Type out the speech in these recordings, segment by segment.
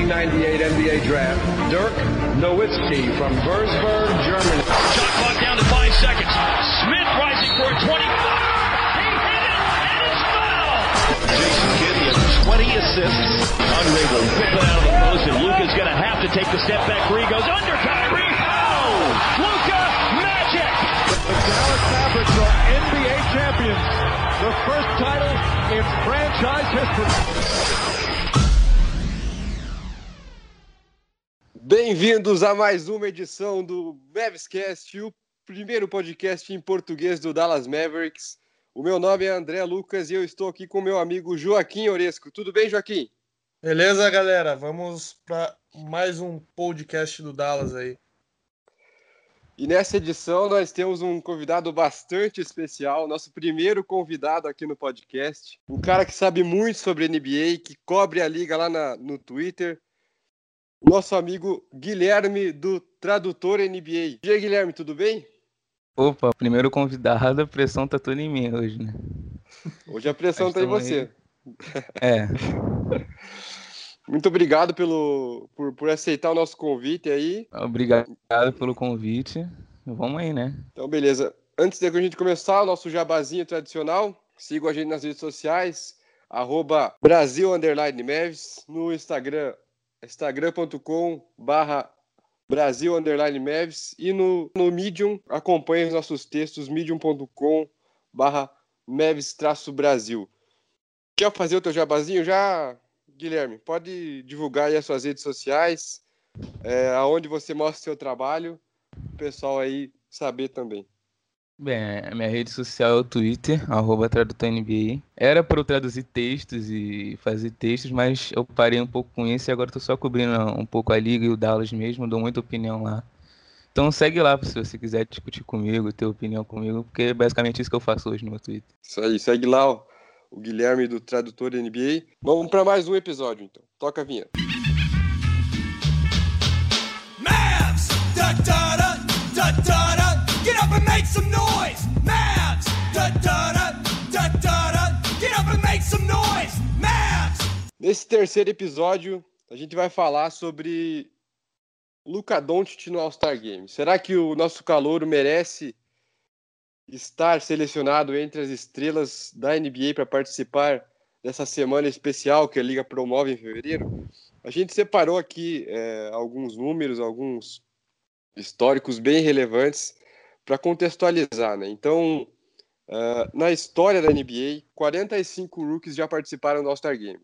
1998 NBA Draft, Dirk Nowitzki from Würzburg, Germany. Shot clock down to 5 seconds. Smith rising for a 20. He hit it, and it's fouled. Jason Kidd has 20 assists. Andre will whip it out of the post, and Luka's going to have to take the step back three. Goes under Kyrie. Oh! Luka Magic! The Dallas Mavericks are NBA champions. The first title in franchise history. Bem-vindos a mais uma edição do Mavscast, o primeiro podcast em português do Dallas Mavericks. O meu nome é André Lucas e eu estou aqui com meu amigo Joaquim Oresco. Tudo bem, Joaquim? Beleza, galera? Vamos para mais um podcast do Dallas aí. E nessa edição nós temos um convidado bastante especial, nosso primeiro convidado aqui no podcast. Um cara que sabe muito sobre NBA, que cobre a liga lá no Twitter. Nosso amigo Guilherme, do Tradutor NBA. E aí, Guilherme, tudo bem? Opa, primeiro convidado, a pressão tá toda em mim hoje, né? Hoje a pressão tá em você. É. Muito obrigado por aceitar o nosso convite aí. Obrigado pelo convite. Vamos aí, né? Então, beleza. Antes de a gente começar o nosso jabazinho tradicional, sigam a gente nas redes sociais, @Brasil_Mavs, no Instagram, instagram.com/Brasil_Mavs e no Medium, acompanhe os nossos textos, medium.com/Mavs-Brasil. Quer fazer o teu jabazinho já, Guilherme? Pode divulgar aí as suas redes sociais, aonde você mostra o seu trabalho, o pessoal aí saber também. Bem, a minha rede social é o Twitter, @TradutorNBA. Era para eu traduzir textos e fazer textos, mas eu parei um pouco com isso e agora estou só cobrindo um pouco a liga e o Dallas mesmo, dou muita opinião lá. Então segue lá se você quiser discutir comigo, ter opinião comigo, porque é basicamente isso que eu faço hoje no meu Twitter. Isso aí, segue lá o Guilherme do Tradutor NBA. Vamos para mais um episódio, então. Toca a vinheta. Mavs! Da, da, da, da, da, da. Get up and make some noise! Mavs! Da, da, da, da, da, da. Get up and make some noise! Mavs! Nesse terceiro episódio, a gente vai falar sobre Luka Doncic no All-Star Game. Será que o nosso calouro merece estar selecionado entre as estrelas da NBA para participar dessa semana especial que a Liga promove em fevereiro? A gente separou aqui alguns números, alguns históricos bem relevantes para contextualizar, né? Então, na história da NBA, 45 rookies já participaram do All-Star Game.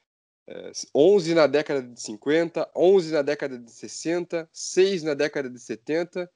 11 na década de 50, 11 na década de 60, 6 na década de 70,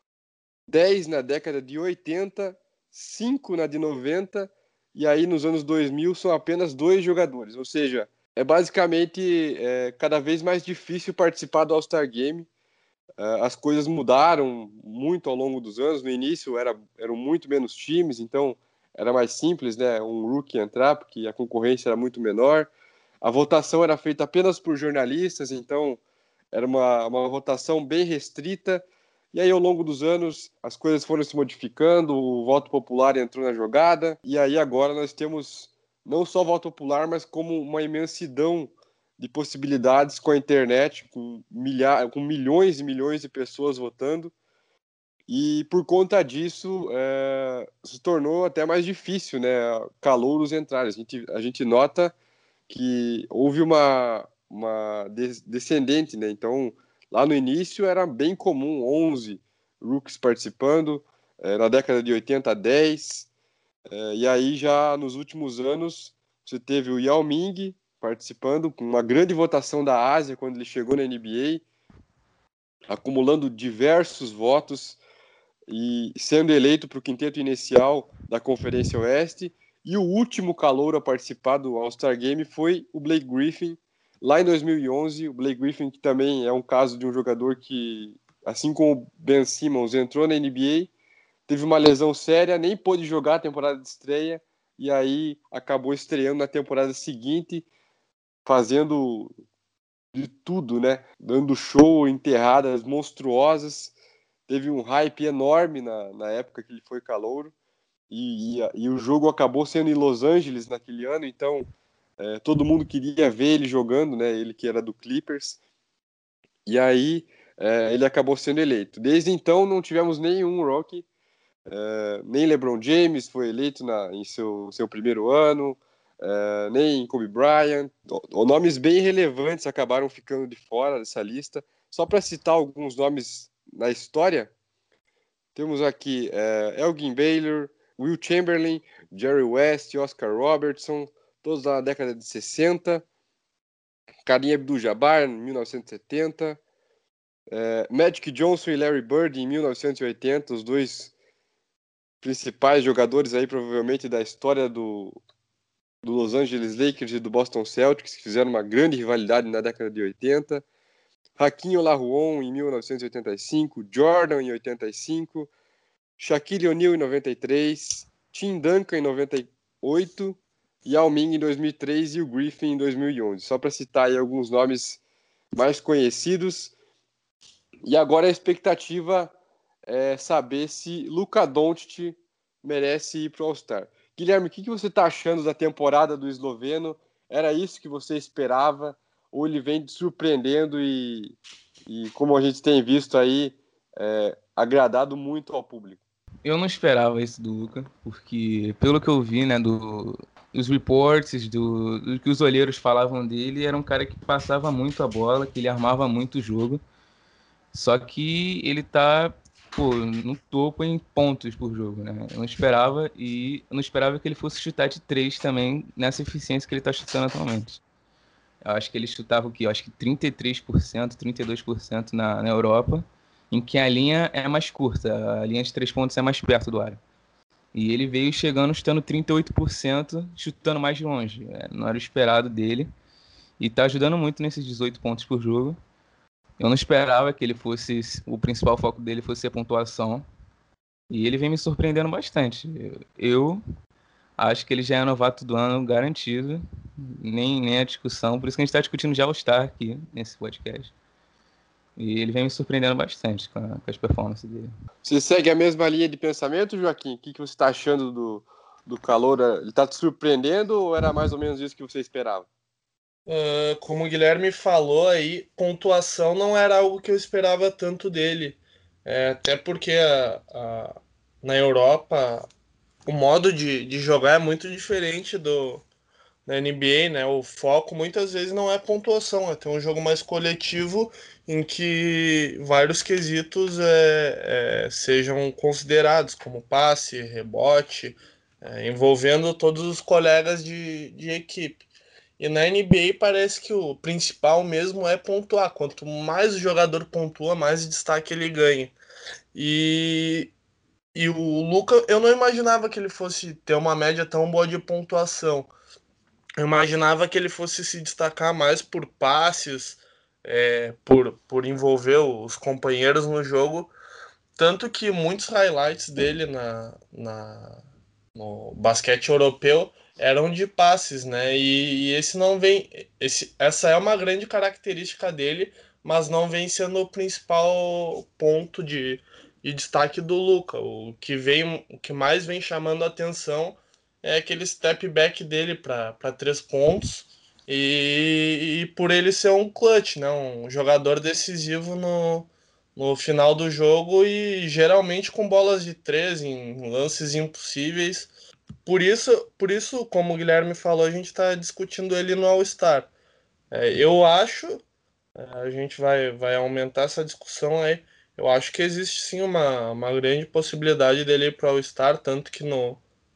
10 na década de 80, 5 na de 90, e aí nos anos 2000 são apenas 2 jogadores. Ou seja, é basicamente cada vez mais difícil participar do All-Star Game. As coisas mudaram muito ao longo dos anos. No início eram muito menos times, então era mais simples, né, um rookie entrar, porque a concorrência era muito menor. A votação era feita apenas por jornalistas, então era uma votação bem restrita. E aí, ao longo dos anos, as coisas foram se modificando, o voto popular entrou na jogada, e aí agora nós temos não só voto popular, mas como uma imensidão de possibilidades com a internet, com milhões e milhões de pessoas votando, e por conta disso se tornou até mais difícil, né, calouros entrarem. A gente nota que houve uma descendente, né? Então, lá no início era bem comum 11 rookies participando, na década de 80, 10, e aí já nos últimos anos você teve o Yao Ming participando, com uma grande votação da Ásia quando ele chegou na NBA, acumulando diversos votos e sendo eleito para o quinteto inicial da Conferência Oeste. E o último calouro a participar do All-Star Game foi o Blake Griffin, lá em 2011. O Blake Griffin, que também é um caso de um jogador que, assim como o Ben Simmons, entrou na NBA, teve uma lesão séria, nem pôde jogar a temporada de estreia, e aí acabou estreando na temporada seguinte, fazendo de tudo, né? Dando show, enterradas monstruosas. Teve um hype enorme na época que ele foi calouro. E o jogo acabou sendo em Los Angeles naquele ano, então Todo mundo queria ver ele jogando, né? Ele que era do Clippers. E aí ele acabou sendo eleito. Desde então não tivemos nenhum rookie, nem LeBron James foi eleito em seu primeiro ano, nem Kobe Bryant. Nomes bem relevantes acabaram ficando de fora dessa lista. Só para citar alguns nomes na história, temos aqui Elgin Baylor, Will Chamberlain, Jerry West, Oscar Robertson, todos na década de 60. Kareem Abdul-Jabbar, em 1970. Magic Johnson e Larry Bird, em 1980, os dois principais jogadores aí, provavelmente, da história do Los Angeles Lakers e do Boston Celtics, que fizeram uma grande rivalidade na década de 80. Hakeem Olajuwon, em 1985. Jordan, em 85. Shaquille O'Neal, em 93. Tim Duncan, em 98. Yao Ming, em 2003. E o Griffin, em 2011. Só para citar aí alguns nomes mais conhecidos. E agora a expectativa é saber se Luka Doncic merece ir para o All-Star. Guilherme, o que você está achando da temporada do esloveno? Era isso que você esperava? Ou ele vem te surpreendendo e como a gente tem visto aí, agradado muito ao público? Eu não esperava isso do Luka, porque pelo que eu vi, né, dos reports, do que os olheiros falavam dele, era um cara que passava muito a bola, que ele armava muito o jogo. Só que ele tá, no topo em pontos por jogo, né? Eu não esperava que ele fosse chutar de 3 também nessa eficiência que ele tá chutando atualmente. Eu acho que ele chutava o quê? Eu acho que 33%, 32% na Europa, em que a linha é mais curta, a linha de 3 pontos é mais perto do aro. E ele veio chutando 38%, chutando mais de longe. Não era o esperado dele. E tá ajudando muito nesses 18 pontos por jogo. Eu não esperava que o principal foco dele fosse a pontuação. E ele vem me surpreendendo bastante. Eu acho que ele já é novato do ano garantido. Nem a discussão. Por isso que a gente está discutindo já All-Star aqui nesse podcast. E ele vem me surpreendendo bastante com as performances dele. Você segue a mesma linha de pensamento, Joaquim? O que você está achando do calor? Ele está te surpreendendo ou era mais ou menos isso que você esperava? Como o Guilherme falou aí, pontuação não era algo que eu esperava tanto dele. Até porque na Europa o modo de jogar é muito diferente da NBA, né? O foco muitas vezes não é pontuação, é ter um jogo mais coletivo em que vários quesitos sejam considerados, como passe, rebote, envolvendo todos os colegas de equipe. E na NBA parece que o principal mesmo é pontuar. Quanto mais o jogador pontua, mais destaque ele ganha. E o Luka, eu não imaginava que ele fosse ter uma média tão boa de pontuação. Eu imaginava que ele fosse se destacar mais por passes, por envolver os companheiros no jogo. Tanto que muitos highlights dele no basquete europeu eram de passes, né? E esse não vem. Essa é uma grande característica dele, mas não vem sendo o principal ponto de destaque do Luka. O que mais vem chamando a atenção é aquele step back dele para 3 pontos e por ele ser um clutch, né? Um jogador decisivo no final do jogo e geralmente com bolas de 3 em lances impossíveis. Por isso, como o Guilherme falou, a gente está discutindo ele no All-Star. Eu acho, a gente vai aumentar essa discussão aí. Eu acho que existe sim uma grande possibilidade dele ir para o All-Star, tanto que no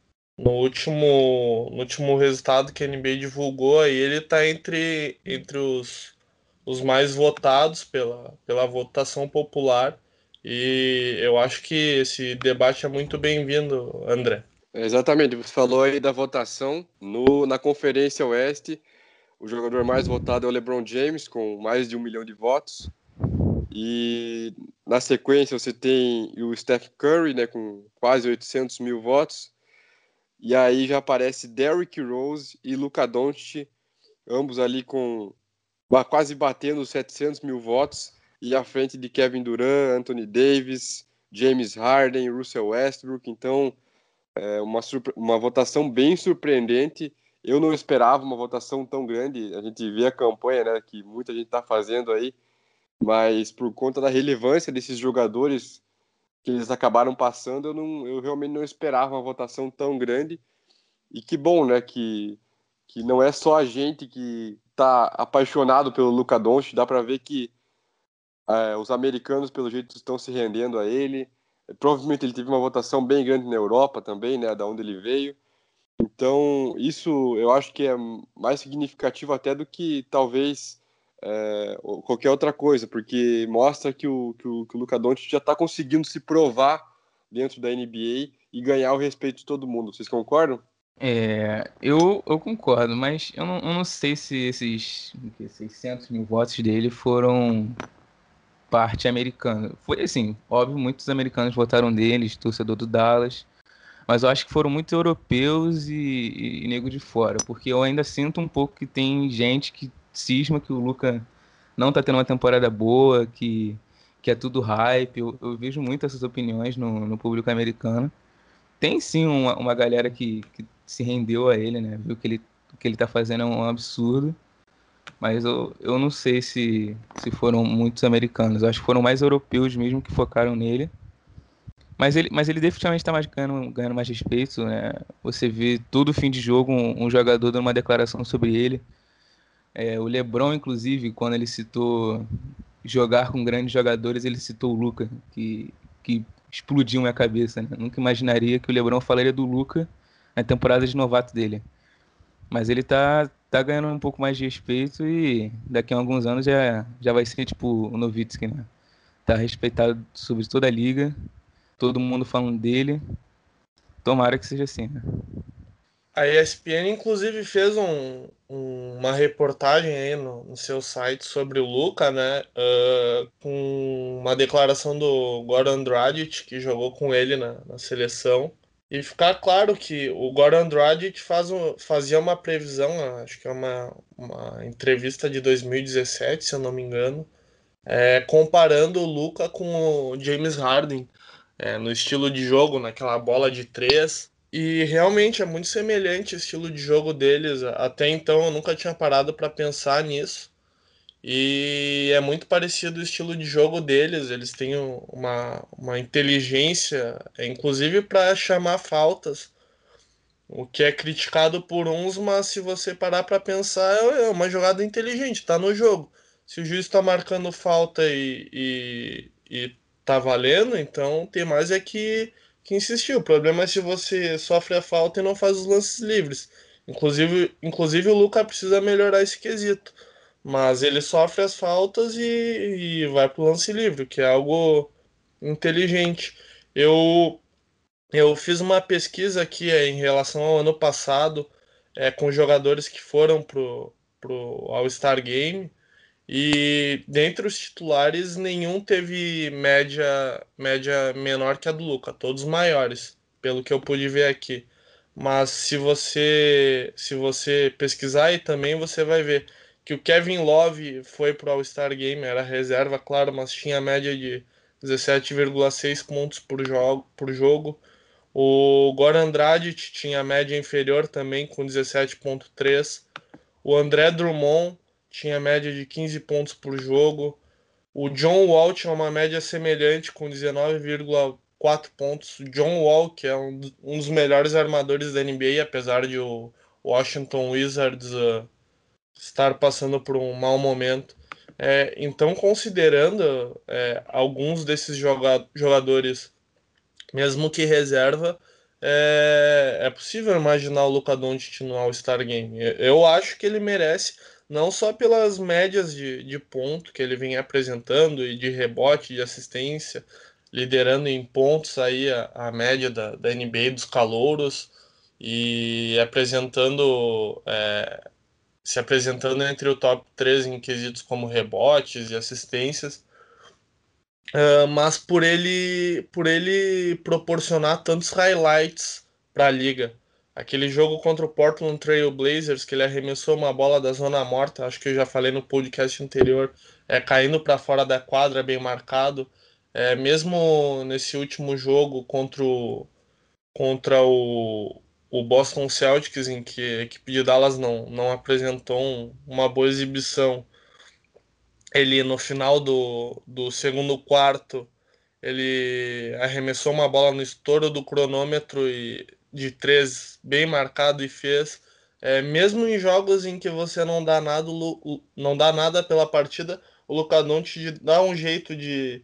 último resultado que a NBA divulgou, aí ele está entre os mais votados pela votação popular. E eu acho que esse debate é muito bem-vindo, André. Exatamente, você falou aí da votação na Conferência Oeste. O jogador mais votado é o LeBron James, com mais de 1 milhão de votos. E na sequência você tem o Steph Curry, né, com quase 800 mil votos. E aí já aparece Derrick Rose e Luka Doncic, ambos ali quase batendo os 700 mil votos. E à frente de Kevin Durant, Anthony Davis, James Harden, Russell Westbrook. Então, uma votação bem surpreendente. Eu não esperava uma votação tão grande. A gente vê a campanha, né, que muita gente está fazendo aí, mas por conta da relevância desses jogadores que eles acabaram passando, eu realmente não esperava uma votação tão grande. E que bom, né, que não é só a gente que está apaixonado pelo Luka Doncic, dá para ver que os americanos, pelo jeito, estão se rendendo a ele. Provavelmente ele teve uma votação bem grande na Europa também, né, da onde ele veio. Então, isso eu acho que é mais significativo até do que talvez qualquer outra coisa, porque mostra que o Luka Doncic já está conseguindo se provar dentro da NBA e ganhar o respeito de todo mundo. Vocês concordam? Eu concordo, mas eu não sei se esses 600 mil votos dele foram parte americana. Foi assim, óbvio, muitos americanos votaram deles, torcedor do Dallas, mas eu acho que foram muitos europeus e nego de fora, porque eu ainda sinto um pouco que tem gente que cisma que o Luka não tá tendo uma temporada boa, que é tudo hype. Eu vejo muito essas opiniões no público americano. Tem sim uma galera que se rendeu a ele, né? Viu que o que ele tá fazendo é um absurdo. Mas eu não sei se foram muitos americanos. Eu acho que foram mais europeus mesmo que focaram nele. Mas ele definitivamente está ganhando mais respeito, né? Você vê todo fim de jogo um jogador dando uma declaração sobre ele. O LeBron, inclusive, quando ele citou jogar com grandes jogadores, ele citou o Luka, que explodiu minha cabeça, né? Nunca imaginaria que o LeBron falaria do Luka na temporada de novato dele. Mas ele tá ganhando um pouco mais de respeito e daqui a alguns anos já vai ser tipo o Nowitzki, né? Tá respeitado sobre toda a liga, todo mundo falando dele. Tomara que seja assim, né? A ESPN, inclusive, fez uma reportagem aí no seu site sobre o Luka, né? Com uma declaração do Goran Dragic, que jogou com ele na seleção. E ficar claro que o Goran Dragic fazia uma previsão, acho que é uma entrevista de 2017, se eu não me engano, comparando o Luka com o James Harden, no estilo de jogo, naquela bola de três. E realmente é muito semelhante o estilo de jogo deles. Até então eu nunca tinha parado para pensar nisso. E é muito parecido o estilo de jogo deles. Eles têm uma inteligência, inclusive para chamar faltas, o que é criticado por uns, mas se você parar para pensar, é uma jogada inteligente, tá no jogo. Se o juiz está marcando falta e tá valendo, então tem mais que insistir. O problema é se você sofre a falta e não faz os lances livres. Inclusive o Luka precisa melhorar esse quesito. Mas ele sofre as faltas e vai pro lance livre, o que é algo inteligente. Eu eu fiz uma pesquisa aqui em relação ao ano passado, com jogadores que foram pro All-Star Game, e dentre os titulares nenhum teve média menor que a do Luka, todos maiores, pelo que eu pude ver aqui. Mas se você pesquisar aí também, você vai ver que o Kevin Love foi pro All-Star Game, era reserva, claro, mas tinha média de 17,6 pontos por jogo. O Goran Dragic tinha média inferior também, com 17,3. O André Drummond tinha média de 15 pontos por jogo. O John Wall tinha uma média semelhante, com 19,4 pontos. O John Wall, que é um dos melhores armadores da NBA, apesar de o Washington Wizards estar passando por um mau momento. Então, considerando alguns desses jogadores, mesmo que reserva, é possível imaginar o Luka Doncic no All-Star Game. Eu acho que ele merece, não só pelas médias de ponto que ele vem apresentando e de rebote, de assistência, liderando em pontos aí a média da NBA dos calouros e se apresentando entre o top 3 em quesitos como rebotes e assistências. Mas por ele proporcionar tantos highlights para a liga. Aquele jogo contra o Portland Trail Blazers, que ele arremessou uma bola da zona morta, acho que eu já falei no podcast anterior, caindo para fora da quadra, bem marcado. Mesmo nesse último jogo contra o o Boston Celtics, em que a equipe de Dallas não apresentou uma boa exibição. Ele, no final do segundo quarto, ele arremessou uma bola no estouro do cronômetro e de 3 bem marcado e fez. Mesmo em jogos em que você não dá nada pela partida, o Luka Doncic dá um jeito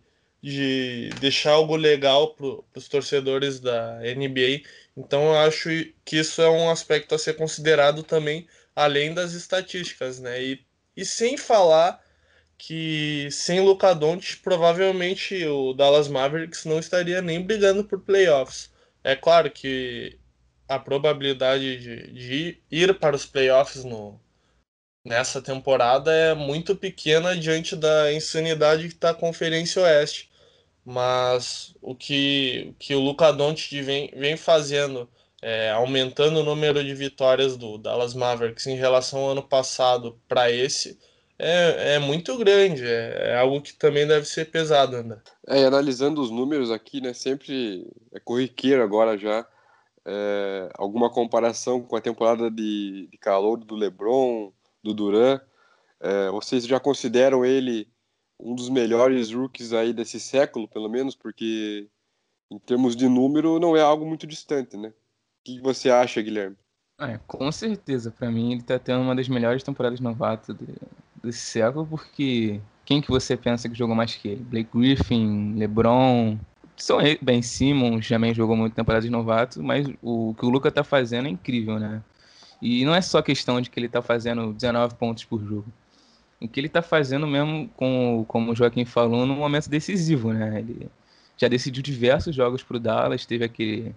de deixar algo legal para os torcedores da NBA. Então eu acho que isso é um aspecto a ser considerado também, além das estatísticas, né? E sem falar que sem Luka Doncic provavelmente o Dallas Mavericks não estaria nem brigando por playoffs. É claro que a probabilidade de ir para os playoffs nessa temporada é muito pequena diante da insanidade que está a Conferência Oeste. Mas o que o Luka Doncic vem fazendo, aumentando o número de vitórias do Dallas Mavericks em relação ao ano passado para esse, é muito grande. É algo que também deve ser pesado, André. E analisando os números aqui, né, sempre é corriqueiro agora já alguma comparação com a temporada de calor do LeBron, do Durant. Vocês já consideram ele um dos melhores rookies aí desse século, pelo menos, porque em termos de número não é algo muito distante, né? O que você acha, Guilherme? Com certeza, pra mim ele tá tendo uma das melhores temporadas novato desse século, porque quem que você pensa que jogou mais que ele? Blake Griffin, LeBron, Ben Simmons também jogou muito temporada de novato, mas o que o Luka tá fazendo é incrível, né? E não é só questão de que ele tá fazendo 19 pontos por jogo. O que ele tá fazendo mesmo, como o Joaquim falou, no momento decisivo, né? Ele já decidiu diversos jogos pro Dallas, teve aquele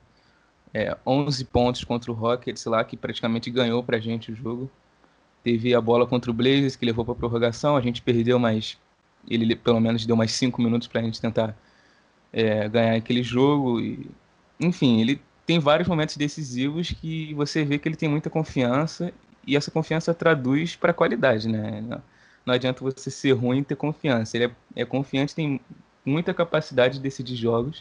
11 pontos contra o Rockets lá, que praticamente ganhou pra gente o jogo. Teve a bola contra o Blazers, que levou pra prorrogação, a gente perdeu, mas ele pelo menos deu mais 5 minutos pra gente tentar ganhar aquele jogo. Enfim, ele tem vários momentos decisivos que você vê que ele tem muita confiança, e essa confiança traduz pra qualidade, né? Não adianta você ser ruim e ter confiança. Ele é confiante, tem muita capacidade de decidir jogos.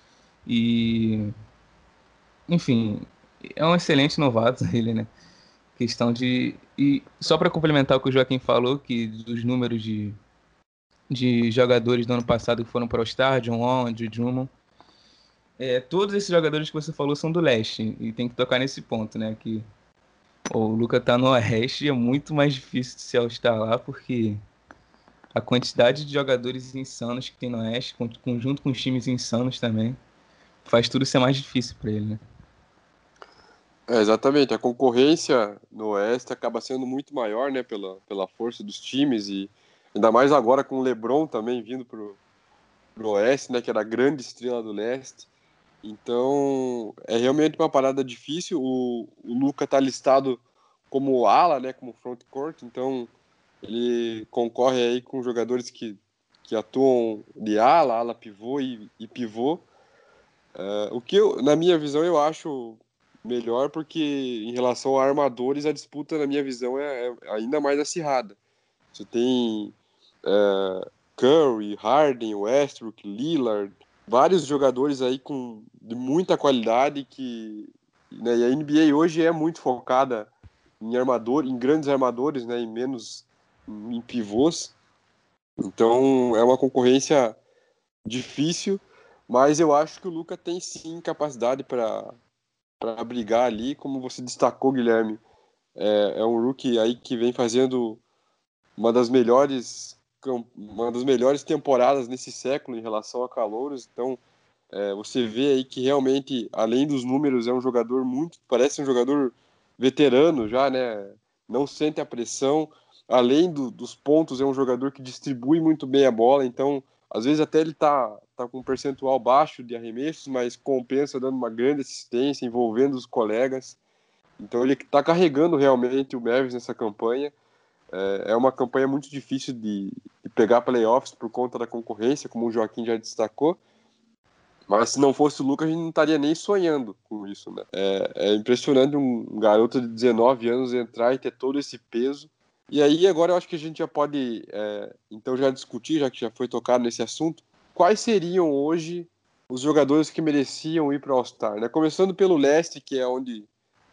E enfim, é um excelente novato ele, né? Questão de... E só para complementar o que o Joaquim falou, que dos números de jogadores do ano passado que foram para o All-Star, John Wall, Andrew Drummond, todos esses jogadores que você falou são do leste, e tem que tocar nesse ponto, né? Que o Luka tá no Oeste e é muito mais difícil de se All-Star lá, porque a quantidade de jogadores insanos que tem no Oeste, junto com os times insanos também, faz tudo ser mais difícil para ele, né? Exatamente, a concorrência no Oeste acaba sendo muito maior, né, pela força dos times, e ainda mais agora com o LeBron também vindo pro Oeste, né, que era a grande estrela do Leste. Então, é realmente uma parada difícil. O Luka tá listado como ala, né, como frontcourt, então ele concorre aí com jogadores que atuam de ala pivô e pivô. O que na minha visão, eu acho melhor, porque em relação a armadores, a disputa, na minha visão, é ainda mais acirrada. Você tem Curry, Harden, Westbrook, Lillard, vários jogadores aí de muita qualidade né, e a NBA hoje é muito focada em grandes armadores, né, e menos em pivôs. Então é uma concorrência difícil, mas eu acho que o Luka tem sim capacidade para brigar ali, como você destacou, Guilherme. É um rookie aí que vem fazendo uma das melhores temporadas nesse século em relação a calouros. Então você vê aí que realmente, além dos números, é um jogador parece um jogador veterano já, né? Não sente a pressão. Além dos pontos, é um jogador que distribui muito bem a bola. Então, às vezes até ele tá com um percentual baixo de arremessos, mas compensa dando uma grande assistência, envolvendo os colegas. Então ele está carregando realmente o Mavericks nessa campanha. É uma campanha muito difícil de pegar playoffs por conta da concorrência, como o Joaquim já destacou. Mas se não fosse o Luka, a gente não estaria nem sonhando com isso, né? É impressionante um garoto de 19 anos entrar e ter todo esse peso. E aí agora eu acho que a gente já pode então já discutir, já que já foi tocado nesse assunto, quais seriam hoje os jogadores que mereciam ir para o All-Star, né? Começando pelo leste, que é onde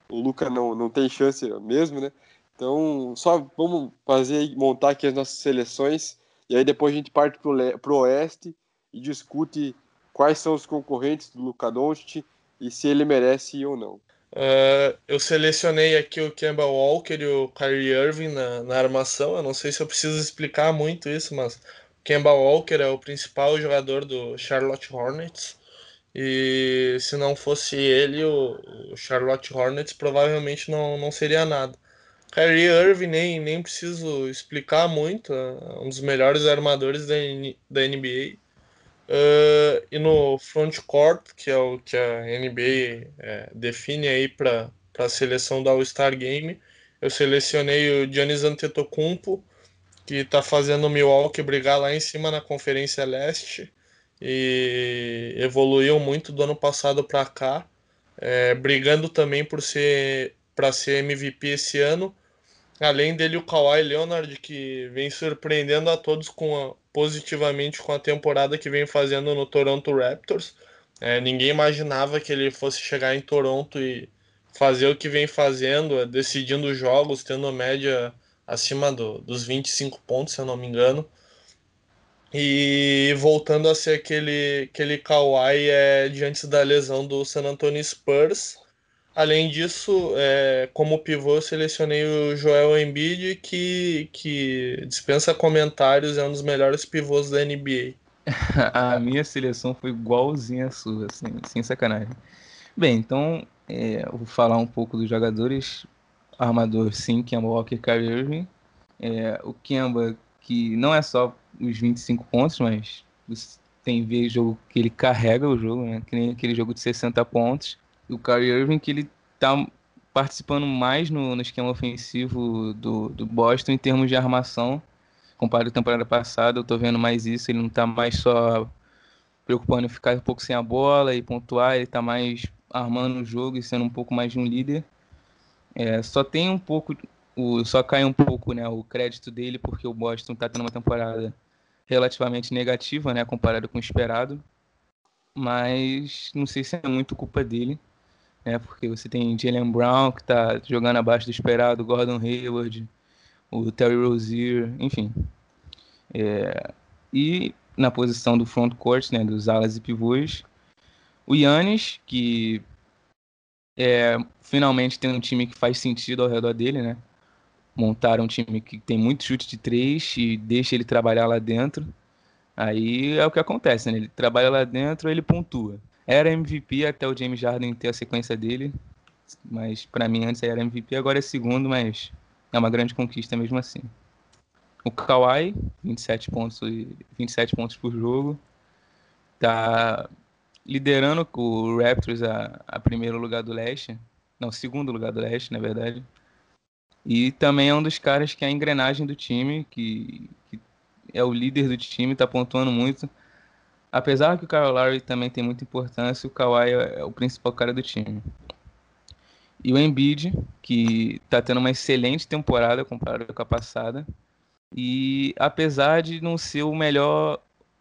o Luka não tem chance mesmo, né? Então, só vamos montar aqui as nossas seleções, e aí depois a gente parte pro Oeste e discute quais são os concorrentes do Luka Doncic e se ele merece ir ou não. Eu selecionei aqui o Kemba Walker e o Kyrie Irving na armação. Eu não sei se eu preciso explicar muito isso, mas o Kemba Walker é o principal jogador do Charlotte Hornets. E se não fosse ele, o Charlotte Hornets provavelmente não seria nada. Kyrie Irving nem preciso explicar muito, é um dos melhores armadores da NBA. E no frontcourt, que é o que a NBA define aí para a seleção da All-Star Game, eu selecionei o Giannis Antetokounmpo, que está fazendo o Milwaukee brigar lá em cima na Conferência Leste e evoluiu muito do ano passado para cá, brigando também para ser MVP esse ano. Além dele, o Kawhi Leonard, que vem surpreendendo a todos positivamente com a temporada que vem fazendo no Toronto Raptors. Ninguém imaginava que ele fosse chegar em Toronto e fazer o que vem fazendo, decidindo jogos, tendo média acima dos 25 pontos, se eu não me engano. E voltando a ser aquele Kawhi de antes da lesão do San Antonio Spurs. Além disso, como pivô, eu selecionei o Joel Embiid, que dispensa comentários, é um dos melhores pivôs da NBA. A minha seleção foi igualzinha à sua, assim, sem sacanagem. Bem, então eu vou falar um pouco dos jogadores. Armador, sim, Kemba Walker e Kyrie Irving. O Kemba, que não é só os 25 pontos, mas você tem ver jogo que ele carrega o jogo, né? Que nem aquele jogo de 60 pontos. E o Kyrie Irving, que ele tá participando mais no esquema ofensivo do Boston em termos de armação. Comparado à temporada passada, eu tô vendo mais isso. Ele não tá mais só preocupando em ficar um pouco sem a bola e pontuar, ele tá mais armando o jogo e sendo um pouco mais de um líder. Só tem um pouco, só cai um pouco, né, o crédito dele, porque o Boston tá tendo uma temporada relativamente negativa, né, comparado com o esperado, mas não sei se é muito culpa dele, né, porque você tem Jaylen Brown, que tá jogando abaixo do esperado, Gordon Hayward, o Terry Rozier, enfim. E na posição do frontcourt, né, dos alas e pivôs, o Giannis, que finalmente tem um time que faz sentido ao redor dele, né? Montaram um time que tem muito chute de 3 e deixa ele trabalhar lá dentro. Aí é o que acontece, né? Ele trabalha lá dentro, ele pontua. Era MVP até o James Harden ter a sequência dele, mas pra mim antes era MVP, agora é segundo, mas é uma grande conquista mesmo assim. O Kawhi, 27 pontos por jogo, tá liderando o Raptors a primeiro lugar do leste, não, segundo lugar do leste, na verdade. E também é um dos caras que é a engrenagem do time, que é o líder do time, tá pontuando muito. Apesar que o Kyle Lowry também tem muita importância, o Kawhi é o principal cara do time. E o Embiid, que tá tendo uma excelente temporada comparado com a passada. E apesar de não ser o melhor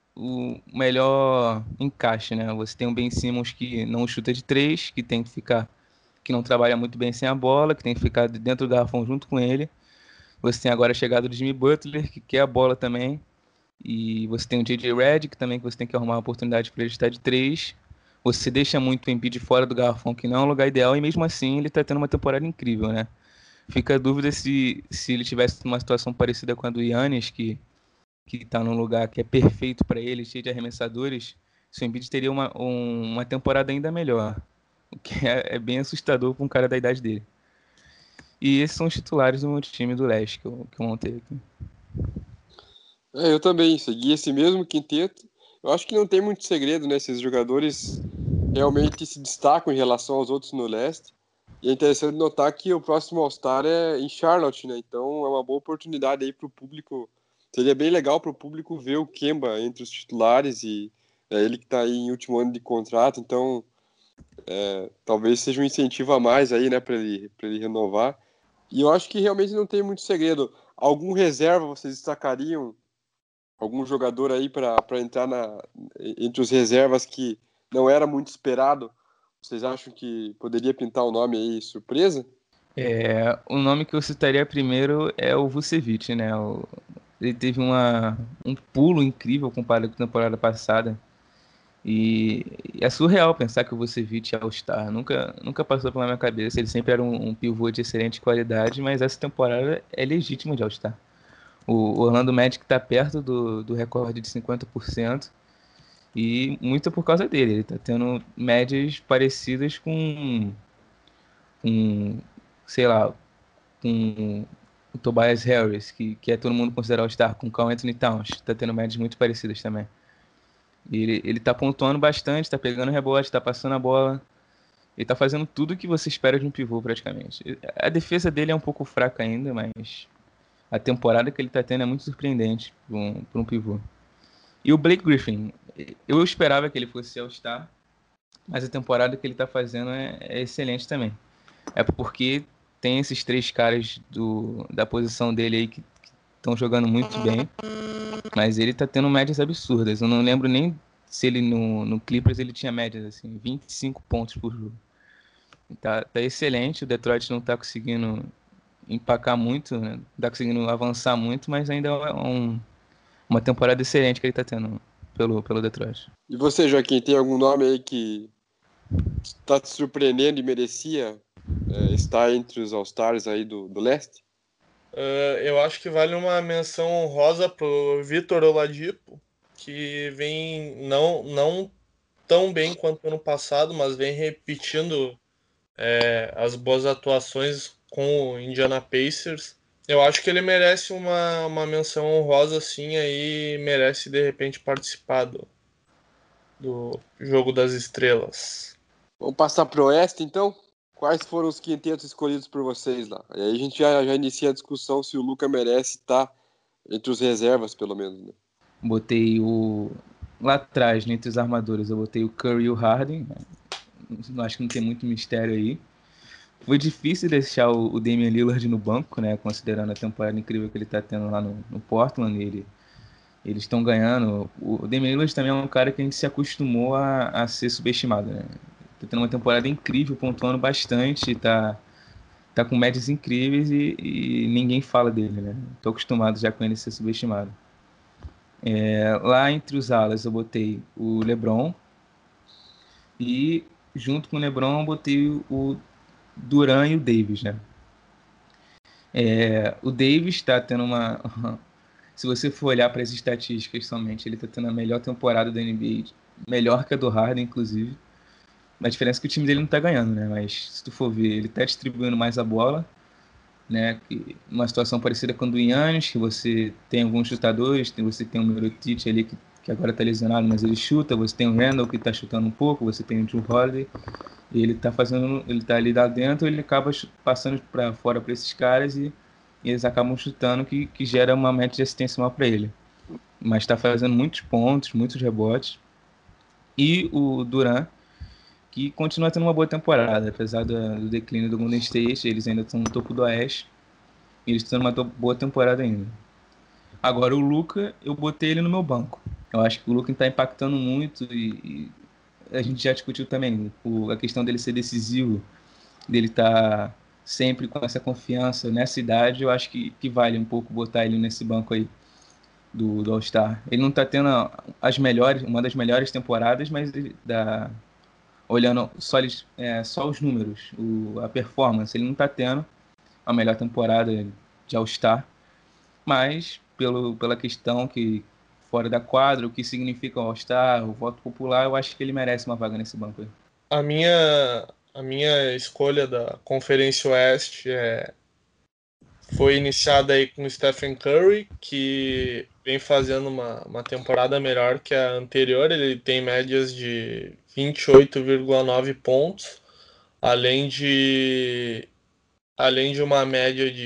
encaixe, né? Você tem o Ben Simmons que não chuta de 3, que não trabalha muito bem sem a bola, que tem que ficar dentro do garrafão junto com ele. Você tem agora a chegada do Jimmy Butler, que quer a bola também. E você tem o J.J. Redick também, que você tem que arrumar uma oportunidade para ele estar de 3. Você deixa muito o Embiid fora do garrafão, que não é um lugar ideal, e mesmo assim ele está tendo uma temporada incrível, né? Fica a dúvida se ele tivesse uma situação parecida com a do Giannis, que está num lugar que é perfeito para ele, cheio de arremessadores, se o Embiid teria uma temporada ainda melhor. O que é bem assustador para um cara da idade dele. E esses são os titulares do meu time do leste que eu montei aqui. Eu também segui esse mesmo quinteto. Eu acho que não tem muito segredo, né? Esses jogadores realmente se destacam em relação aos outros no leste. E é interessante notar que o próximo All-Star é em Charlotte, né? Então é uma boa oportunidade aí para o público. Seria bem legal para o público ver o Kemba entre os titulares e ele que está aí em último ano de contrato. Então talvez seja um incentivo a mais aí, né? Para ele renovar. E eu acho que realmente não tem muito segredo. Algum reserva vocês destacariam? Algum jogador aí para entrar entre os reservas que não era muito esperado Vocês acham que poderia pintar o nome aí surpresa? O nome que eu citaria primeiro é o Vucevic, né? Ele teve um pulo incrível comparado com a temporada passada. E é surreal pensar que o Vucevic é All-Star. Nunca passou pela minha cabeça. Ele sempre era um pivô de excelente qualidade, mas essa temporada é legítimo de All-Star. O Orlando Magic está perto do recorde de 50%. E muito por causa dele. Ele está tendo médias parecidas com sei lá, com o Tobias Harris, que é todo mundo considera All-Star, com o Karl Anthony Towns. Está tendo médias muito parecidas também. E ele tá pontuando bastante, tá pegando rebote, tá passando a bola. Ele tá fazendo tudo o que você espera de um pivô, praticamente. A defesa dele é um pouco fraca ainda, mas a temporada que ele tá tendo é muito surpreendente pra um pivô. E o Blake Griffin, eu esperava que ele fosse All-Star, mas a temporada que ele tá fazendo é excelente também. É porque tem esses 3 caras da posição dele aí que estão jogando muito bem, mas ele tá tendo médias absurdas. Eu não lembro nem se ele no Clippers ele tinha médias assim, 25 pontos por jogo. Tá excelente, o Detroit não tá conseguindo empacar muito, né? Não tá conseguindo avançar muito, mas ainda é uma temporada excelente que ele tá tendo pelo Detroit. E você, Joaquim, tem algum nome aí que tá te surpreendendo e merecia estar entre os All-Stars aí do leste? Eu acho que vale uma menção honrosa pro Vitor Oladipo, que vem não tão bem quanto ano passado, mas vem repetindo as boas atuações com o Indiana Pacers. Eu acho que ele merece uma menção honrosa, sim, aí merece de repente participar do Jogo das Estrelas. Vamos passar pro oeste, então? Quais foram os quintetos escolhidos por vocês lá? E aí a gente já inicia a discussão se o Luka merece estar entre os reservas, pelo menos, né? Botei lá atrás, né, entre os armadores, eu botei o Curry e o Harden. Acho que não tem muito mistério aí. Foi difícil deixar o Damian Lillard no banco, né? Considerando a temporada incrível que ele tá tendo lá no Portland. Eles estão ganhando. O Damian Lillard também é um cara que a gente se acostumou a ser subestimado, né? Tá tendo uma temporada incrível, pontuando bastante, tá com médias incríveis e ninguém fala dele, né? Tô acostumado já com ele ser subestimado. Lá entre os alas eu botei o LeBron e junto com o LeBron eu botei o Durant e o Davis, né? O Davis está tendo se você for olhar para as estatísticas somente, ele está tendo a melhor temporada da NBA, melhor que a do Harden, inclusive. A diferença é que o time dele não está ganhando, né? Mas se tu for ver, ele está distribuindo mais a bola, né? Uma situação parecida com a do Giannis, que você tem alguns chutadores, você tem o Mirotic ali que agora está lesionado, mas ele chuta, você tem o Randall que está chutando um pouco, você tem o Jrue Holiday, e ele tá ali lá dentro, ele acaba passando para fora para esses caras e eles acabam chutando, que gera uma média de assistência maior para ele. Mas está fazendo muitos pontos, muitos rebotes. E o Durant, que continua tendo uma boa temporada, apesar do declínio do Golden State, eles ainda estão no topo do Oeste, e eles estão numa boa temporada ainda. Agora o Luka, eu botei ele no meu banco. Eu acho que o Luka está impactando muito e a gente já discutiu também a questão dele ser decisivo, dele estar sempre com essa confiança nessa idade. Eu acho que vale um pouco botar ele nesse banco aí do All-Star. Ele não está tendo uma das melhores temporadas, mas olhando só os números, a performance, ele não está tendo a melhor temporada de All-Star, mas pela questão que fora da quadra, o que significa o All-Star, o voto popular, eu acho que ele merece uma vaga nesse banco aí. A minha escolha da Conferência Oeste foi iniciada aí com o Stephen Curry, que vem fazendo uma temporada melhor que a anterior. Ele tem médias de 28,9 pontos, além de uma média de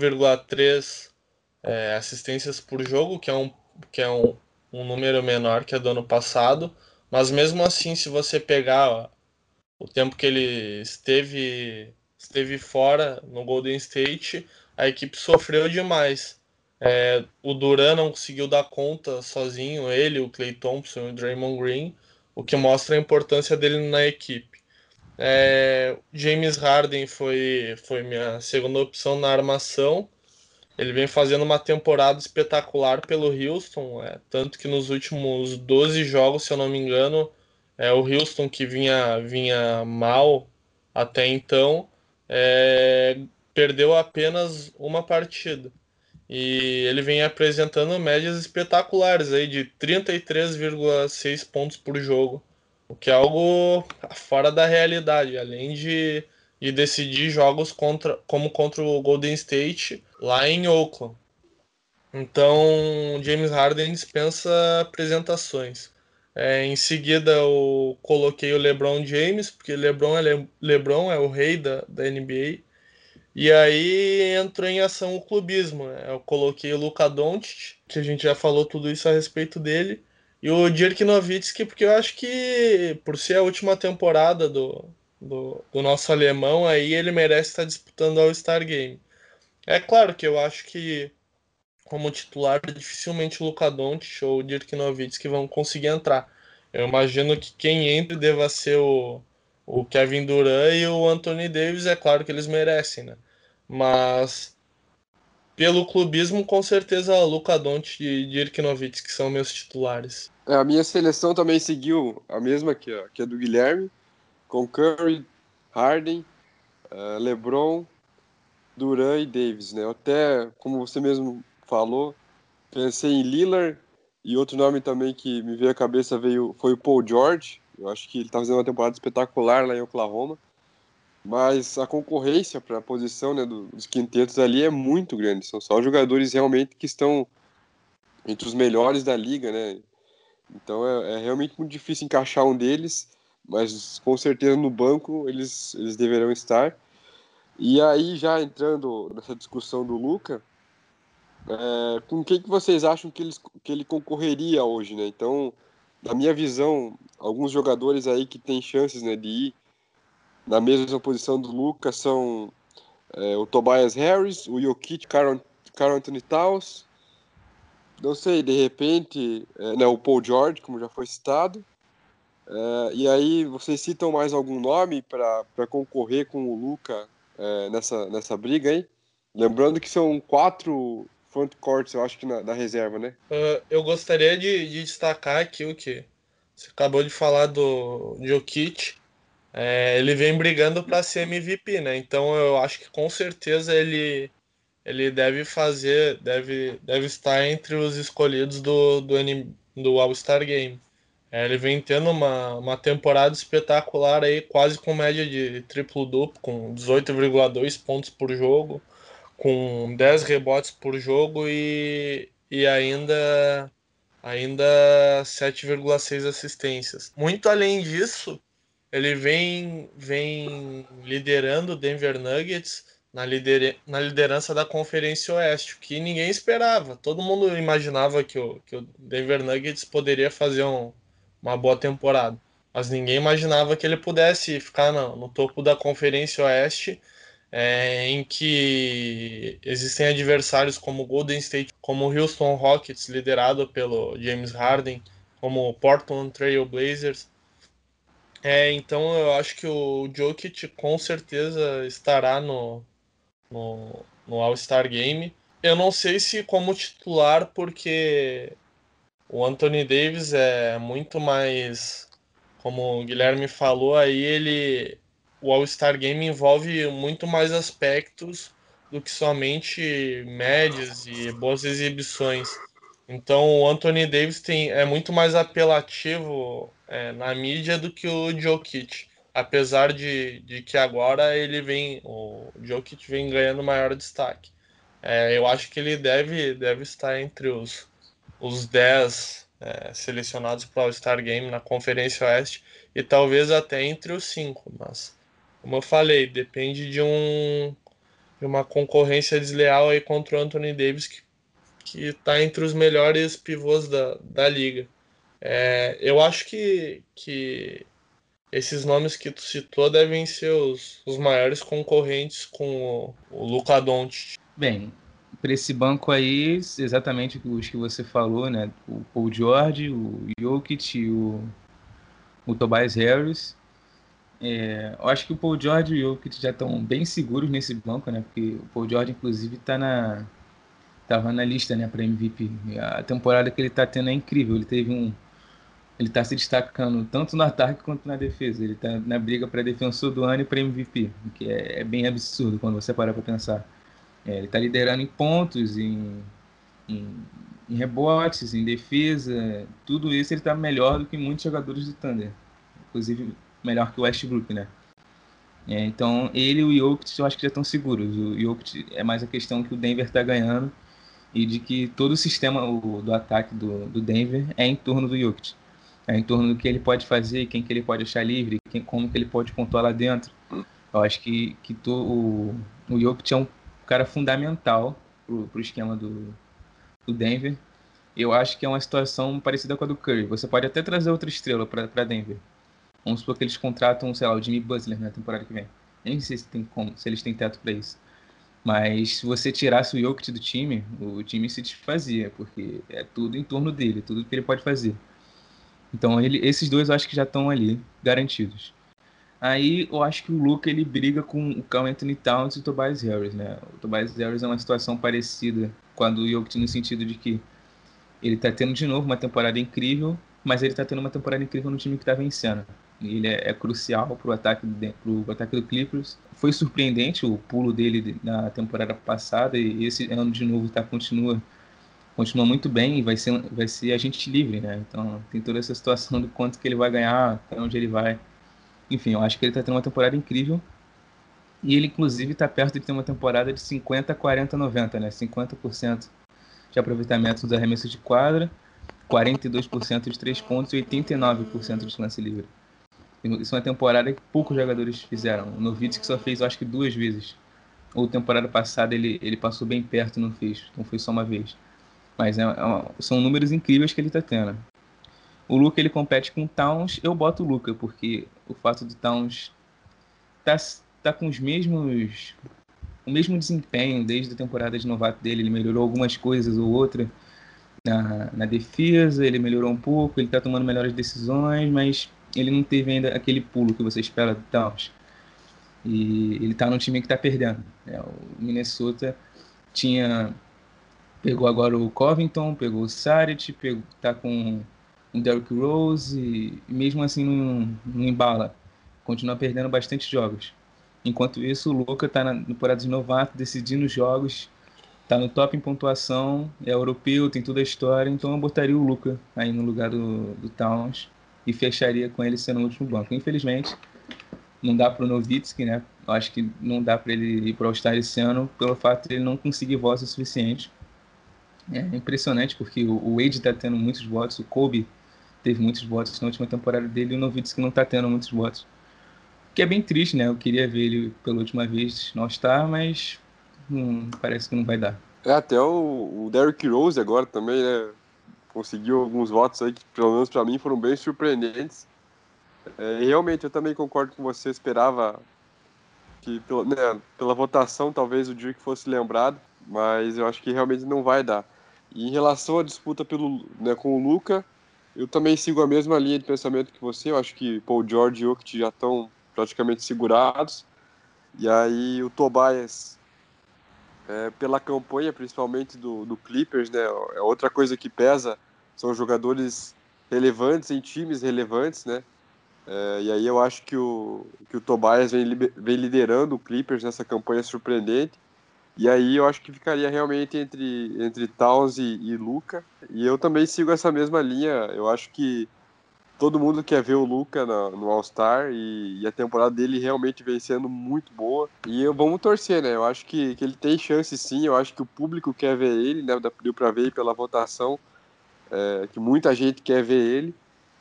5,3 assistências por jogo, que é um número menor que a do ano passado. Mas mesmo assim, se você pegar o tempo que ele esteve fora no Golden State, a equipe sofreu demais. O Durant não conseguiu dar conta sozinho, ele, o Klay Thompson e o Draymond Green, o que mostra a importância dele na equipe. James Harden foi minha segunda opção na armação. Ele vem fazendo uma temporada espetacular pelo Houston, tanto que nos últimos 12 jogos, se eu não me engano, o Houston que vinha mal até então, perdeu apenas uma partida. E ele vem apresentando médias espetaculares aí de 33,6 pontos por jogo, o que é algo fora da realidade, além de decidir jogos como contra o Golden State lá em Oakland. Então, James Harden dispensa apresentações. Em seguida, eu coloquei o LeBron James, porque LeBron é o rei da NBA. E aí entrou em ação o clubismo, né? Eu coloquei o Luka Doncic, que a gente já falou tudo isso a respeito dele, e o Dirk Nowitzki, porque eu acho que, por ser a última temporada do nosso alemão, aí ele merece estar disputando o All-Star Game. É claro que eu acho que, como titular, dificilmente o Luka Doncic ou o Dirk Nowitzki vão conseguir entrar. Eu imagino que quem entre deva ser o Kevin Durant e o Anthony Davis, é claro que eles merecem, né? Mas pelo clubismo, com certeza o Luka Doncic e Dirk Nowitzki que são meus titulares. A minha seleção também seguiu a mesma que a do Guilherme, com Curry, Harden, LeBron, Durant e Davis, né? Até, como você mesmo falou, pensei em Lillard, e outro nome também que me veio à cabeça foi o Paul George. Eu acho que ele está fazendo uma temporada espetacular lá em Oklahoma, mas a concorrência para a posição, né, dos quintetos ali é muito grande. São só jogadores realmente que estão entre os melhores da liga, né? Então é realmente muito difícil encaixar um deles, mas com certeza no banco eles deverão estar. E aí, já entrando nessa discussão do Luka, com quem que vocês acham que ele concorreria hoje, né? Então, na minha visão, alguns jogadores aí que têm chances, né, de ir na mesma posição do Luka são o Tobias Harris, o Jokic, Karl Anthony Towns, não sei, de repente, né, o Paul George, como já foi citado. E aí, vocês citam mais algum nome para concorrer com o Luka nessa briga aí? Lembrando que são 4 frontcourts, eu acho que na reserva, né? Eu gostaria de destacar aqui o que você acabou de falar do Jokic. Ele vem brigando para ser MVP, né? Então eu acho que com certeza ele deve estar entre os escolhidos do All-Star Game. Ele vem tendo uma temporada espetacular aí, quase com média de triplo-duplo, com 18,2 pontos por jogo, com 10 rebotes por jogo e ainda 7,6 assistências. Muito além disso, ele vem liderando o Denver Nuggets na liderança da Conferência Oeste, que ninguém esperava. Todo mundo imaginava que o Denver Nuggets poderia fazer uma boa temporada, mas ninguém imaginava que ele pudesse ficar no topo da Conferência Oeste, em que existem adversários como Golden State, como o Houston Rockets, liderado pelo James Harden, como o Portland Trail Blazers. Então eu acho que o Jokic com certeza estará no All-Star Game. Eu não sei se como titular, porque o Anthony Davis é muito mais, como o Guilherme falou, o All-Star Game envolve muito mais aspectos do que somente médias e boas exibições. Então o Anthony Davis é muito mais apelativo na mídia do que o Jokic, apesar de que agora o Jokic vem ganhando maior destaque. Eu acho que ele deve estar entre os 10 selecionados para o All-Star Game na Conferência Oeste e talvez até entre os 5, mas como eu falei, depende de uma concorrência desleal aí contra o Anthony Davis, que está entre os melhores pivôs da liga. Eu acho que esses nomes que tu citou devem ser os maiores concorrentes com o Luka Doncic. Bem, para esse banco aí, exatamente os que você falou, né? O Paul George, o Jokic, o Tobias Harris. Eu acho que o Paul George e o Jokic já estão bem seguros nesse banco, né? Porque o Paul George, inclusive, tava na lista, né, para MVP. A temporada que ele tá tendo é incrível. Ele tá se destacando tanto no ataque quanto na defesa. Ele tá na briga para defensor do ano e para MVP, o que é bem absurdo quando você parar para pensar. Ele tá liderando em pontos, em, em rebotes, em defesa, tudo isso ele tá melhor do que muitos jogadores do Thunder. Inclusive, melhor que o Westbrook, né? Então, ele e o Jokic eu acho que já estão seguros. O Jokic é mais a questão que o Denver tá ganhando e de que todo o sistema do ataque do Denver é em torno do Jokic. É em torno do que ele pode fazer, quem que ele pode achar livre, como que ele pode pontuar lá dentro. Eu acho que o Jokic é um cara fundamental pro esquema do Denver. Eu acho que é uma situação parecida com a do Curry. Você pode até trazer outra estrela para Denver. Vamos supor que eles contratam, sei lá, o Jimmy Butler na temporada que vem. Eu nem sei se eles têm teto para isso. Mas se você tirasse o Jokic do time, o time se desfazia, porque é tudo em torno dele, tudo que ele pode fazer. Então esses dois eu acho que já estão ali, garantidos. Aí eu acho que o Luka ele briga com o Karl Anthony Towns e o Tobias Harris, né? O Tobias Harris é uma situação parecida com a do Jokic no sentido de que ele tá tendo de novo uma temporada incrível, mas ele tá tendo uma temporada incrível no time que tá vencendo. E ele é crucial pro ataque do Clippers. Foi surpreendente o pulo dele na temporada passada e esse ano de novo continua muito bem e vai ser agente livre, né? Então tem toda essa situação do quanto que ele vai ganhar, para onde ele vai. Enfim, eu acho que ele tá tendo uma temporada incrível. E ele, inclusive, tá perto de ter uma temporada de 50, 40, 90, né? 50% de aproveitamento dos arremessos de quadra, 42% de 3 pontos e 89% de lance livre. Isso é uma temporada que poucos jogadores fizeram. O Nowitzki só fez, eu acho que 2 vezes. Ou temporada passada ele passou bem perto e não fez. Então foi só uma vez. Mas são números incríveis que ele tá tendo. O Luka ele compete com o Towns. Eu boto o Luka, porque o fato do Towns tá com o mesmo desempenho desde a temporada de novato dele. Ele melhorou algumas coisas ou outra na defesa, ele melhorou um pouco, ele tá tomando melhores decisões, mas ele não teve ainda aquele pulo que você espera do Towns. E ele tá num time que tá perdendo. O Minnesota pegou agora o Covington, pegou o Saric, tá com o Derrick Rose e mesmo assim não embala. Continua perdendo bastante jogos. Enquanto isso, o Luka tá na temporada de novato, decidindo os jogos, tá no top em pontuação, é europeu, tem toda a história, então eu botaria o Luka aí no lugar do Towns e fecharia com ele sendo o último banco. Infelizmente, não dá pro Nowitzki, né? Eu acho que não dá para ele ir pro All-Star esse ano pelo fato de ele não conseguir votos o suficiente. É impressionante porque o Wade tá tendo muitos votos, o Kobe teve muitos votos na última temporada dele e o Nowitzki não tá tendo muitos votos. Que é bem triste, né? Eu queria ver ele pela última vez no All-Star, mas parece que não vai dar. Até o Derrick Rose agora também, né? Conseguiu alguns votos aí que, pelo menos pra mim, foram bem surpreendentes. E realmente, eu também concordo com você, esperava que pela votação talvez o Dirk fosse lembrado, mas eu acho que realmente não vai dar. E em relação à disputa com o Luka, eu também sigo a mesma linha de pensamento que você. Eu acho que Paul George e Jokic já estão praticamente segurados. E aí o Tobias, pela campanha principalmente do Clippers, né, é outra coisa que pesa, são jogadores relevantes em times relevantes, né? E aí eu acho que o Tobias vem liderando o Clippers nessa campanha surpreendente. E aí eu acho que ficaria realmente entre Towns e Luka. E eu também sigo essa mesma linha. Eu acho que todo mundo quer ver o Luka no All-Star e a temporada dele realmente vem sendo muito boa. E vamos torcer, né? Eu acho que ele tem chance sim. Eu acho que o público quer ver ele, né? Deu pra ver pela votação que muita gente quer ver ele.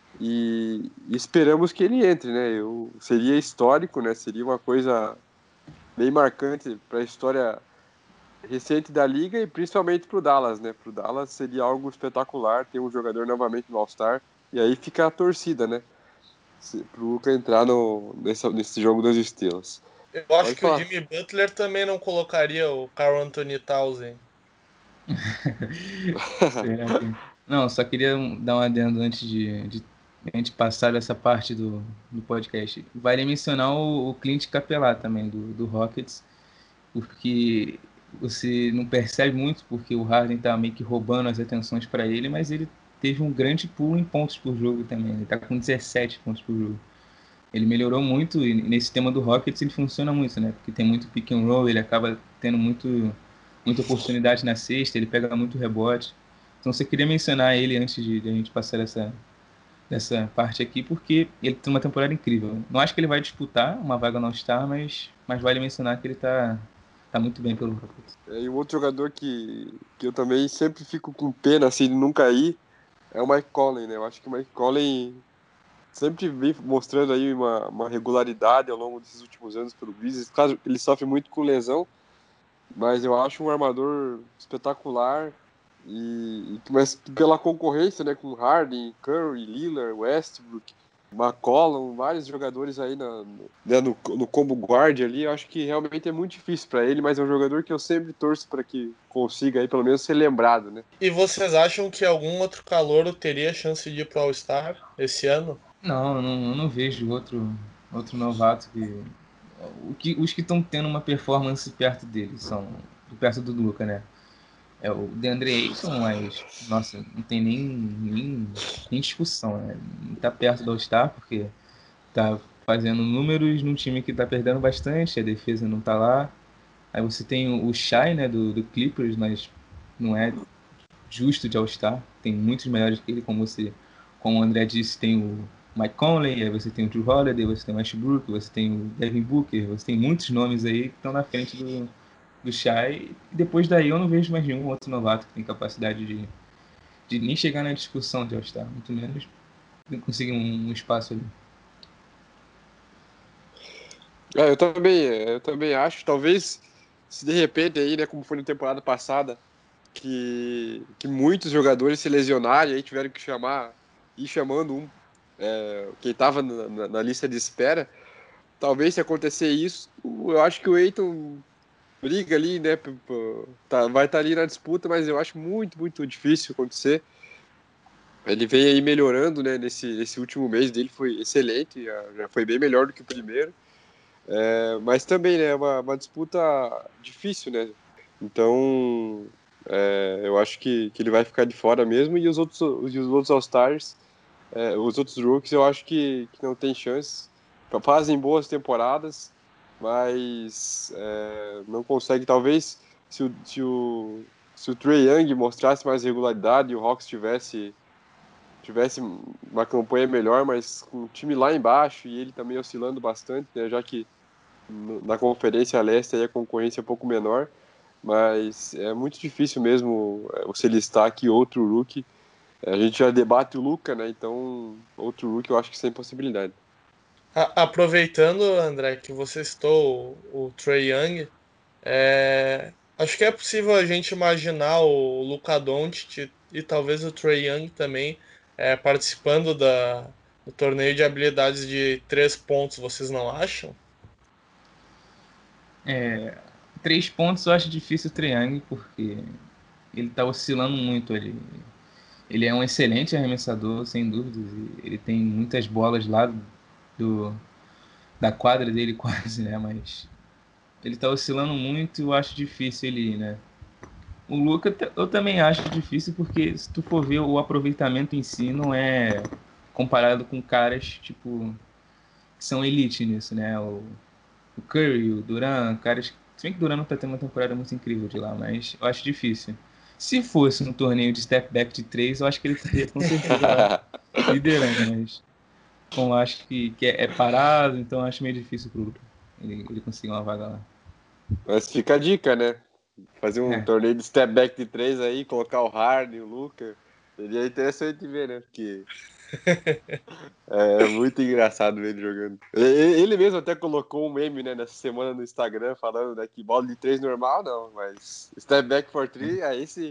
E esperamos que ele entre, né? Seria histórico, né? Seria uma coisa bem marcante para a história recente da liga e principalmente para o Dallas, né? Para o Dallas seria algo espetacular ter um jogador novamente no All-Star e aí fica a torcida, né? Para o Luka entrar nesse jogo das estrelas. Eu acho que o Jimmy Butler também não colocaria o Karl Anthony Towns. Não, só queria dar um adendo antes de a gente passar dessa parte do podcast, vale mencionar o Clint Capela também, do Rockets, porque você não percebe muito, porque o Harden tá meio que roubando as atenções para ele, mas ele teve um grande pulo em pontos por jogo também. Ele tá com 17 pontos por jogo. Ele melhorou muito e nesse sistema do Rockets ele funciona muito, né? Porque tem muito pick and roll, ele acaba tendo muita oportunidade na cesta, ele pega muito rebote. Então você queria mencionar ele antes de a gente passar dessa parte aqui, porque ele tem uma temporada incrível. Não acho que ele vai disputar uma vaga no All-Star, mas vale mencionar que ele tá muito bem pelo Rockets. E um outro jogador que eu também sempre fico com pena assim, de nunca ir é o Mike Conley, né? Eu acho que o Mike Conley sempre vem mostrando aí uma regularidade ao longo desses últimos anos pelo Grizzlies. Claro, ele sofre muito com lesão, mas eu acho um armador espetacular. Mas pela concorrência, né, com Harden, Curry, Lillard, Westbrook, McCollum, vários jogadores aí no combo guard ali, eu acho que realmente é muito difícil para ele, mas é um jogador que eu sempre torço para que consiga aí pelo menos ser lembrado, né? E vocês acham que algum outro calouro teria chance de ir pro All-Star esse ano? Não vejo outro novato os que estão tendo uma performance perto dele são perto do Luka, né? É o DeAndre Ayton, mas nossa, não tem nem discussão, né? Não tá perto do All-Star porque tá fazendo números num time que tá perdendo bastante, a defesa não tá lá. Aí você tem o Shai, né, do Clippers, mas não é justo de All-Star. Tem muitos melhores que ele, como o André disse, tem o Mike Conley, aí você tem o Drew Holiday, você tem o Westbrook, você tem o Devin Booker, você tem muitos nomes aí que estão na frente do Shai. E depois daí eu não vejo mais nenhum outro novato que tem capacidade de nem chegar na discussão de All-Star, muito menos conseguir um espaço ali. Eu também acho, talvez se de repente aí, né, como foi na temporada passada, que muitos jogadores se lesionarem, aí tiveram que ir chamando quem estava na lista de espera. Talvez se acontecer isso, eu acho que o Ayton briga ali, né, vai estar ali na disputa, mas eu acho muito, muito difícil acontecer. Ele vem aí melhorando, né, esse último mês dele foi excelente, já foi bem melhor do que o primeiro. Mas também, né, é uma disputa difícil, né? Então, eu acho que ele vai ficar de fora mesmo, e os outros All-Stars, os outros Rookies, eu acho que não tem chance. Fazem boas temporadas, mas não consegue. Talvez se o Trae Young mostrasse mais regularidade e o Hawks tivesse uma campanha melhor, mas com o time lá embaixo e ele também oscilando bastante, né, já que na Conferência Leste aí a concorrência é um pouco menor, mas é muito difícil mesmo você listar aqui outro rookie. A gente já debate o Luka, né? Então outro rookie eu acho que sem possibilidade. Aproveitando, André, que você citou o Trae Young, acho que é possível a gente imaginar o Luka Doncic e talvez o Trae Young também participando do torneio de habilidades de 3 pontos, vocês não acham? 3 pontos eu acho difícil o Trae Young, porque ele tá oscilando muito ali. Ele é um excelente arremessador, sem dúvidas, e ele tem muitas bolas lá da quadra dele quase, né? Mas ele tá oscilando muito e eu acho difícil ele ir, né? O Luka eu também acho difícil, porque se tu for ver o aproveitamento em si não é comparado com caras, tipo, que são elite nisso, né? O Curry, o Durant, caras... Se bem que o Durant não tá tendo uma temporada muito incrível de lá, mas eu acho difícil. Se fosse um torneio de step back de 3, eu acho que ele estaria com certeza lá, liderando, mas como eu acho que é parado, então eu acho meio difícil pro Luka ele conseguir uma vaga lá. Mas fica a dica, né? Fazer um torneio de step back de 3 aí, colocar o Harden, o Luka. Seria interessante ver, né? Porque é muito engraçado ver ele jogando. Ele mesmo até colocou um meme, né, nessa semana no Instagram, falando, né, que bola de 3 normal não, mas step back for 3, aí sim.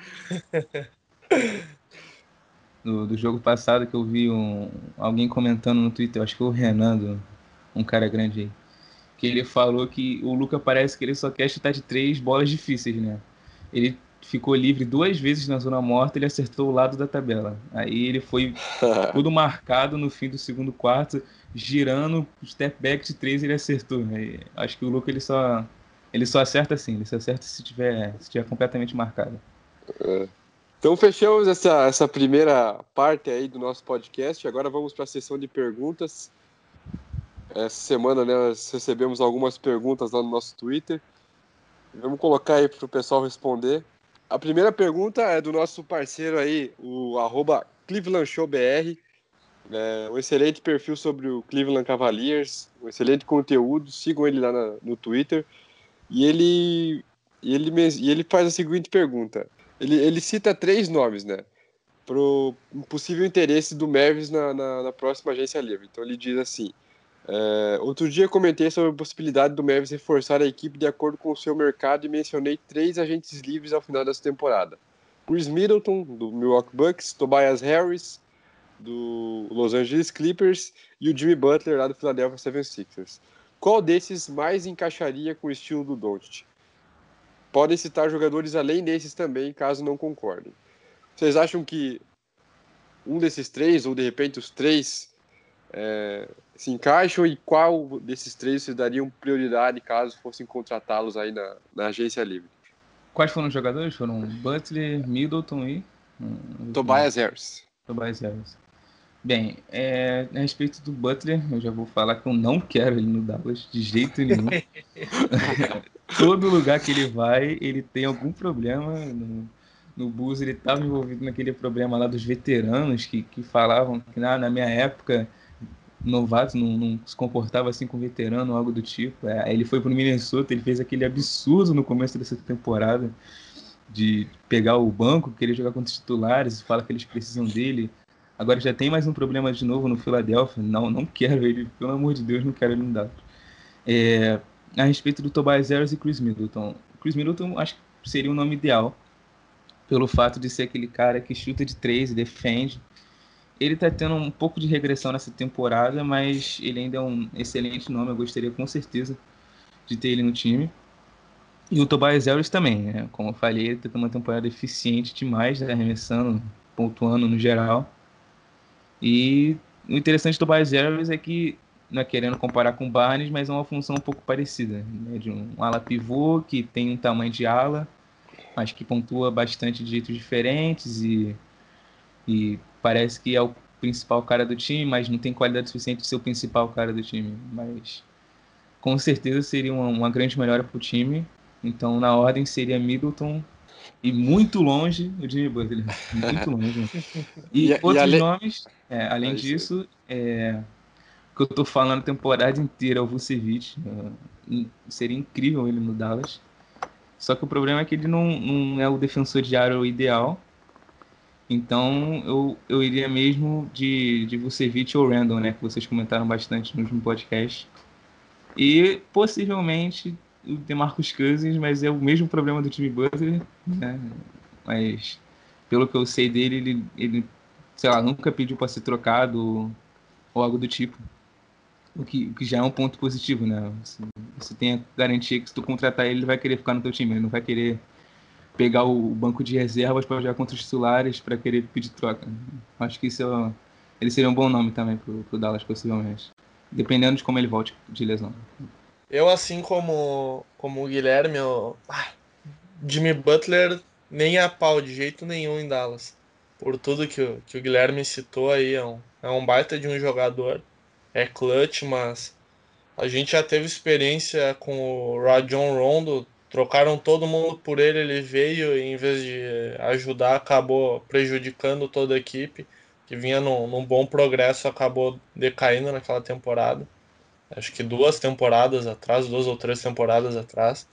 Do jogo passado que eu vi alguém comentando no Twitter, acho que foi o Renan, um cara grande aí, que ele falou que o Luka parece que ele só quer chutar de 3 bolas difíceis, né? Ele ficou livre 2 vezes na zona morta, ele acertou o lado da tabela. Aí ele foi tudo marcado no fim do segundo quarto, girando, step back de 3 ele acertou. Aí, acho que o Luka ele só acerta assim, ele só acerta se tiver completamente marcado. Então fechamos essa primeira parte aí do nosso podcast. Agora vamos para a sessão de perguntas. Essa semana, né, nós recebemos algumas perguntas lá no nosso Twitter. Vamos colocar aí para o pessoal responder. A primeira pergunta é do nosso parceiro aí, o @ClevelandShowBR. Um excelente perfil sobre o Cleveland Cavaliers, um excelente conteúdo. Sigam ele lá no Twitter. E ele faz a seguinte pergunta. Ele cita 3 nomes, né? Para o possível interesse do Mavericks na próxima agência livre. Então ele diz assim: outro dia comentei sobre a possibilidade do Mavericks reforçar a equipe de acordo com o seu mercado e mencionei 3 agentes livres ao final dessa temporada. Chris Middleton, do Milwaukee Bucks, Tobias Harris, do Los Angeles Clippers, e o Jimmy Butler, lá do Philadelphia 76ers. Qual desses mais encaixaria com o estilo do Doncic? Podem citar jogadores além desses também, caso não concordem. Vocês acham que um desses 3, ou de repente os 3, se encaixam, e qual desses 3 vocês dariam prioridade caso fossem contratá-los aí na agência livre? Quais foram os jogadores? Foram Butler, Middleton e... Tobias Harris. Tobias Harris. Bem, a respeito do Butler, eu já vou falar que eu não quero ele no Dallas, de jeito nenhum. Todo lugar que ele vai, ele tem algum problema. No Bulls ele estava envolvido naquele problema lá dos veteranos que falavam que na minha época novato não se comportava assim com veterano, algo do tipo. Ele foi pro Minnesota, ele fez aquele absurdo no começo dessa temporada de pegar o banco, querer jogar contra os titulares, fala que eles precisam dele. Agora já tem mais um problema de novo no Philadelphia. Não quero ele, pelo amor de Deus, não quero ele no Dallas. A respeito do Tobias Harris e Chris Middleton. Chris Middleton acho que seria o nome ideal, pelo fato de ser aquele cara que chuta de 3 e defende. Ele tá tendo um pouco de regressão nessa temporada, mas ele ainda é um excelente nome. Eu gostaria com certeza de ter ele no time. E o Tobias Harris também, né? Como eu falei, ele tá tendo uma temporada eficiente demais, né? Arremessando, pontuando no geral. E o interessante do Tobias Harris é que, não é querendo comparar com o Barnes, mas é uma função um pouco parecida, né? De um ala pivô que tem um tamanho de ala, mas que pontua bastante de jeitos diferentes e parece que é o principal cara do time, mas não tem qualidade suficiente de ser o principal cara do time. Mas com certeza seria uma grande melhora para o time. Então, na ordem, seria Middleton e muito longe o Jimmy Butler. Muito longe. E outros nomes, além disso, que eu tô falando a temporada inteira, é o Vucevic. Seria incrível ele no Dallas. Só que o problema é que ele não é o defensor de aro ideal. Então, eu iria mesmo de Vucevic ou Randle, né? Que vocês comentaram bastante no último podcast. E, possivelmente, o DeMarcus Cousins, mas é o mesmo problema do Jimmy Butler, né? Mas, pelo que eu sei dele, ele sei lá, nunca pediu para ser trocado ou algo do tipo. O que já é um ponto positivo, né? Você tem a garantia que se tu contratar ele vai querer ficar no teu time. Ele não vai querer pegar o banco de reservas para jogar contra os titulares para querer pedir troca. Acho que ele seria um bom nome também pro Dallas, possivelmente. Dependendo de como ele volte de lesão. Eu, assim como o Guilherme, Jimmy Butler nem a pau de jeito nenhum em Dallas. Por tudo que o Guilherme citou aí, é um baita de um jogador. É clutch, mas a gente já teve experiência com o Rajon Rondo. Trocaram todo mundo por ele, ele veio e em vez de ajudar, acabou prejudicando toda a equipe, que vinha num bom progresso, acabou decaindo naquela temporada. Acho que 2 ou 3 temporadas atrás.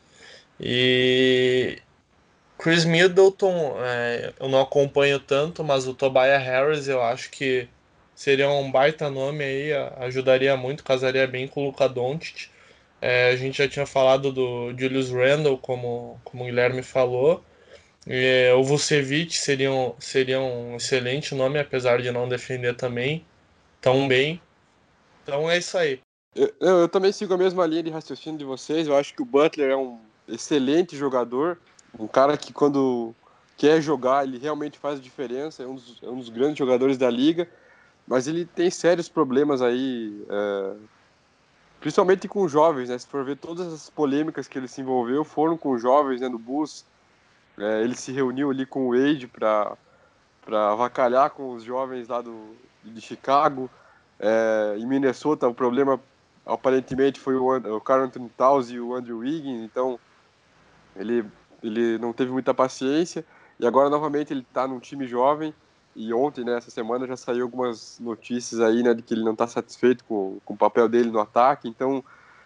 E Chris Middleton, eu não acompanho tanto, mas o Tobias Harris eu acho que seria um baita nome aí, ajudaria muito, casaria bem com o Luka Doncic. A gente já tinha falado do Julius Randle, como o Guilherme falou. O Vucevic seria um excelente nome, apesar de não defender também tão bem. Então é isso aí. Eu também sigo a mesma linha de raciocínio de vocês. Eu acho que o Butler é um excelente jogador Um cara que quando quer jogar, ele realmente faz diferença, é um dos grandes jogadores da liga, mas ele tem sérios problemas aí, principalmente com os jovens, né? Se for ver, todas as polêmicas que ele se envolveu foram com os jovens, né, no Bulls. Ele se reuniu ali com o Wade para avacalhar com os jovens lá de Chicago. Em Minnesota, o problema aparentemente foi o Karl Anthony Towns e o Andrew Wiggins, então ele não teve muita paciência, e agora novamente ele está num time jovem, e ontem, né, essa semana, já saiu algumas notícias aí, né, de que ele não está satisfeito com o papel dele no ataque. Então,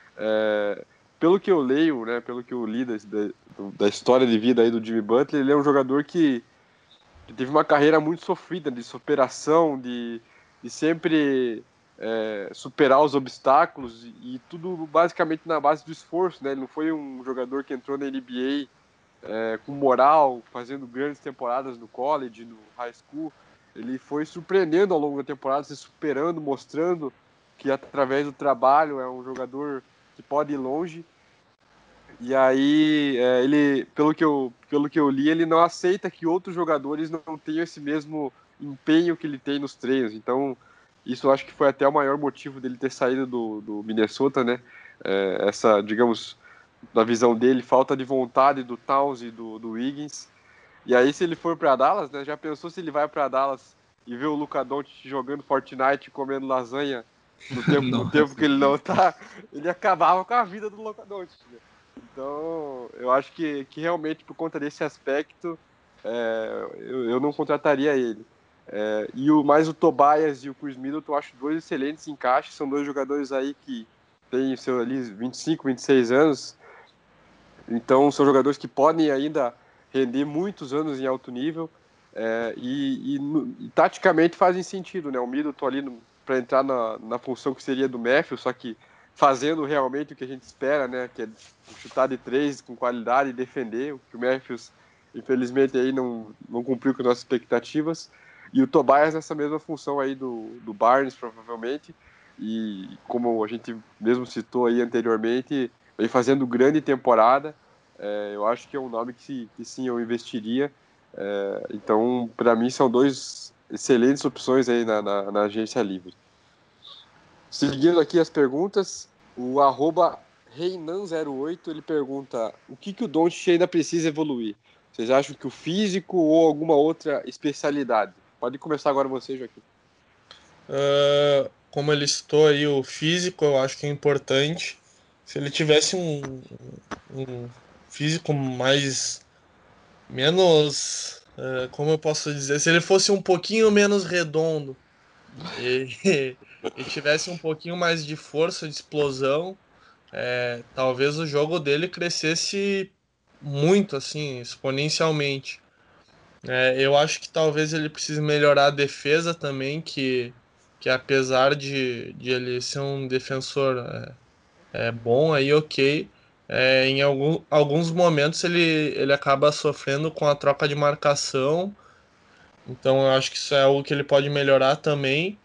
pelo que eu leio, né, pelo que eu li da história de vida aí do Jimmy Butler, ele é um jogador que teve uma carreira muito sofrida, de superação, de sempre superar os obstáculos, e tudo basicamente na base do esforço, né? Ele não foi um jogador que entrou na NBA com moral, fazendo grandes temporadas no college, no high school. Ele foi surpreendendo ao longo da temporada, se superando, mostrando que através do trabalho é um jogador que pode ir longe. E aí, ele, pelo que eu li, ele não aceita que outros jogadores não tenham esse mesmo empenho que ele tem nos treinos. Então, isso eu acho que foi até o maior motivo dele ter saído do Minnesota, né? Essa, digamos, na visão dele, falta de vontade do Towns e do Wiggins. E aí, se ele for para Dallas, né? Já pensou se ele vai para Dallas e vê o Luka Doncic jogando Fortnite, comendo lasanha no tempo que ele não tá? Ele acabava com a vida do Luka Doncic, né? Então, eu acho que realmente, por conta desse aspecto, eu não contrataria ele. Mais o Tobias e o Chris Middleton, eu acho dois excelentes encaixes. São dois jogadores aí que têm ali 25, 26 anos. Então, são jogadores que podem ainda render muitos anos em alto nível. E taticamente fazem sentido, né? O Middleton ali para entrar na função que seria do Matthews, só que fazendo realmente o que a gente espera, né? Que é chutar de três com qualidade e defender, o que o Matthews, infelizmente, aí não cumpriu com as nossas expectativas. E o Tobias nessa mesma função aí do Barnes, provavelmente. E como a gente mesmo citou aí anteriormente, vem fazendo grande temporada. Eu acho que é um nome que sim, eu investiria. Então, para mim, são dois excelentes opções aí na agência livre. Seguindo aqui as perguntas, o @Reinan08, ele pergunta: o que o Doncic ainda precisa evoluir? Vocês acham que o físico ou alguma outra especialidade? Pode começar agora você, Joaquim. Como ele citou aí, o físico eu acho que é importante. Se ele tivesse um físico menos, como eu posso dizer, se ele fosse um pouquinho menos redondo e tivesse um pouquinho mais de força, de explosão, talvez o jogo dele crescesse muito, assim, exponencialmente. Eu acho que talvez ele precise melhorar a defesa também, que apesar de ele ser um defensor bom, aí ok, em alguns momentos ele acaba sofrendo com a troca de marcação, então eu acho que isso é algo que ele pode melhorar também.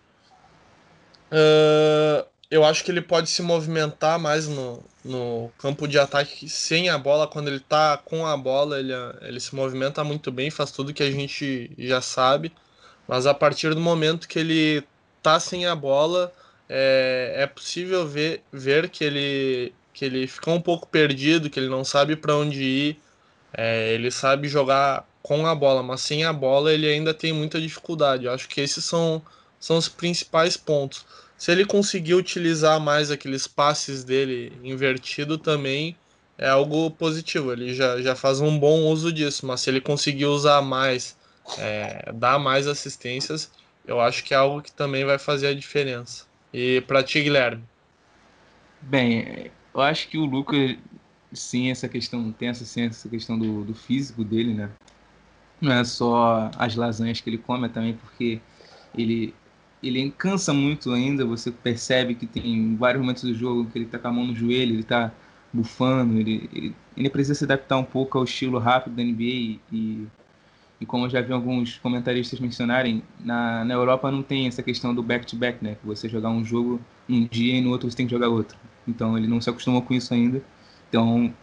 Eu acho que ele pode se movimentar mais no campo de ataque sem a bola. Quando ele tá com a bola, ele se movimenta muito bem, faz tudo que a gente já sabe. Mas a partir do momento que ele tá sem a bola, é possível ver que ele fica um pouco perdido, que ele não sabe para onde ir. Ele sabe jogar com a bola, mas sem a bola ele ainda tem muita dificuldade. Eu acho que esses são os principais pontos. Se ele conseguir utilizar mais aqueles passes dele invertido também, é algo positivo. Ele já faz um bom uso disso, mas se ele conseguir usar mais, dar mais assistências, eu acho que é algo que também vai fazer a diferença. E para ti, Guilherme? Bem, eu acho que o Lucas, sim, tem essa questão do físico dele, né? Não é só as lasanhas que ele come, é também porque ele cansa muito ainda. Você percebe que tem vários momentos do jogo que ele tá com a mão no joelho, ele tá bufando, ele precisa se adaptar um pouco ao estilo rápido da NBA e como eu já vi alguns comentaristas mencionarem, na Europa não tem essa questão do back-to-back, né? Que você jogar um jogo um dia e no outro você tem que jogar outro. Então ele não se acostumou com isso ainda. Então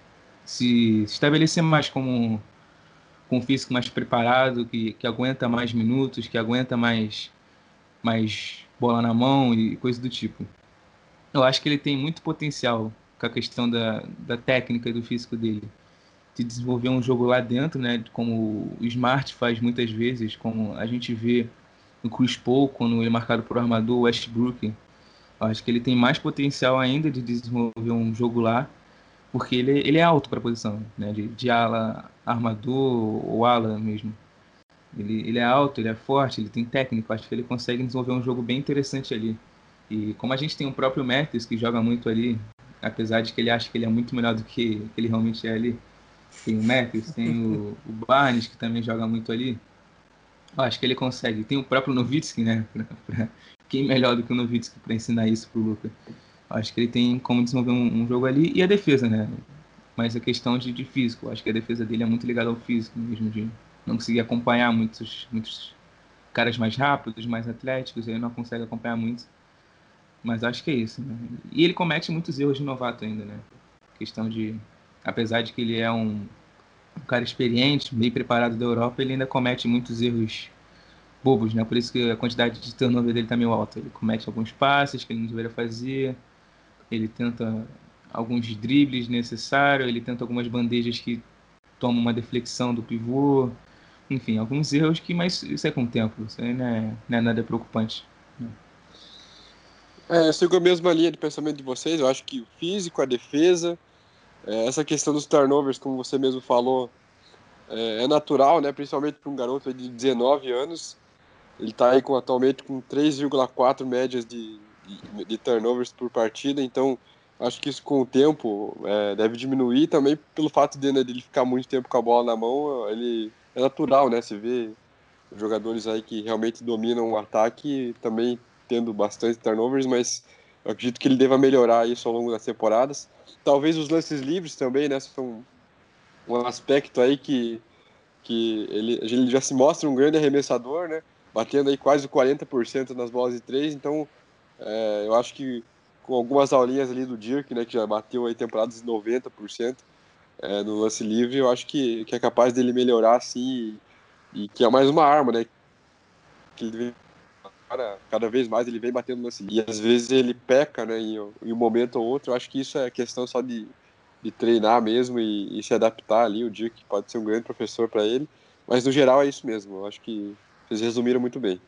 se estabelecer mais como com um físico mais preparado, que aguenta mais minutos, que aguenta mais bola na mão e coisa do tipo. Eu acho que ele tem muito potencial com a questão da técnica e do físico dele, de desenvolver um jogo lá dentro, né? Como o Smart faz muitas vezes, como a gente vê no Chris Paul, quando ele é marcado por armador, Westbrook. Eu acho que ele tem mais potencial ainda de desenvolver um jogo lá, porque ele é alto para a posição, né? De ala, armador ou ala mesmo. Ele é alto, ele é forte, ele tem técnica. Acho que ele consegue desenvolver um jogo bem interessante ali. E como a gente tem o próprio Matthews, que joga muito ali, apesar de que ele acha que ele é muito melhor do que ele realmente é ali. Tem o Matthews, tem o Barnes, que também joga muito ali. Eu acho que ele consegue. Tem o próprio Nowitzki, né? Quem melhor do que o Nowitzki para ensinar isso pro Luka? Eu acho que ele tem como desenvolver um jogo ali. E a defesa, né? Mas a questão de físico. Eu acho que a defesa dele é muito ligada ao físico mesmo, de não conseguir acompanhar muitos caras mais rápidos, mais atléticos, ele não consegue acompanhar muito. Mas acho que é isso, né? E ele comete muitos erros de novato ainda, né? Questão de, apesar de que ele é um cara experiente, bem preparado da Europa, ele ainda comete muitos erros bobos, né? Por isso que a quantidade de turnover dele tá meio alta. Ele comete alguns passes que ele não deveria fazer, ele tenta alguns dribles necessários, ele tenta algumas bandejas que tomam uma deflexão do pivô, enfim, alguns erros mas isso é com o tempo, isso aí não é nada preocupante. Eu sigo a mesma linha de pensamento de vocês. Eu acho que o físico, a defesa, essa questão dos turnovers, como você mesmo falou, é natural, né? Principalmente para um garoto de 19 anos. Ele está aí atualmente com 3,4 médias de turnovers por partida. Então, acho que isso com o tempo deve diminuir também pelo fato de ele ficar muito tempo com a bola na mão. Ele é natural, né? Você vê jogadores aí que realmente dominam o ataque também tendo bastante turnovers, mas eu acredito que ele deva melhorar isso ao longo das temporadas. Talvez os lances livres também, né? São um aspecto aí que ele já se mostra um grande arremessador, né? Batendo aí quase 40% nas bolas de três. Então, eu acho que com algumas aulinhas ali do Dirk, né, que já bateu aí temporadas de 90% no lance livre, eu acho que é capaz dele melhorar assim e que é mais uma arma, né? Que ele cada vez mais ele vem batendo no lance livre. E às vezes ele peca, né, em um momento ou outro. Eu acho que isso é questão só de treinar mesmo e se adaptar ali. O Dirk pode ser um grande professor para ele, mas no geral é isso mesmo. Eu acho que vocês resumiram muito bem.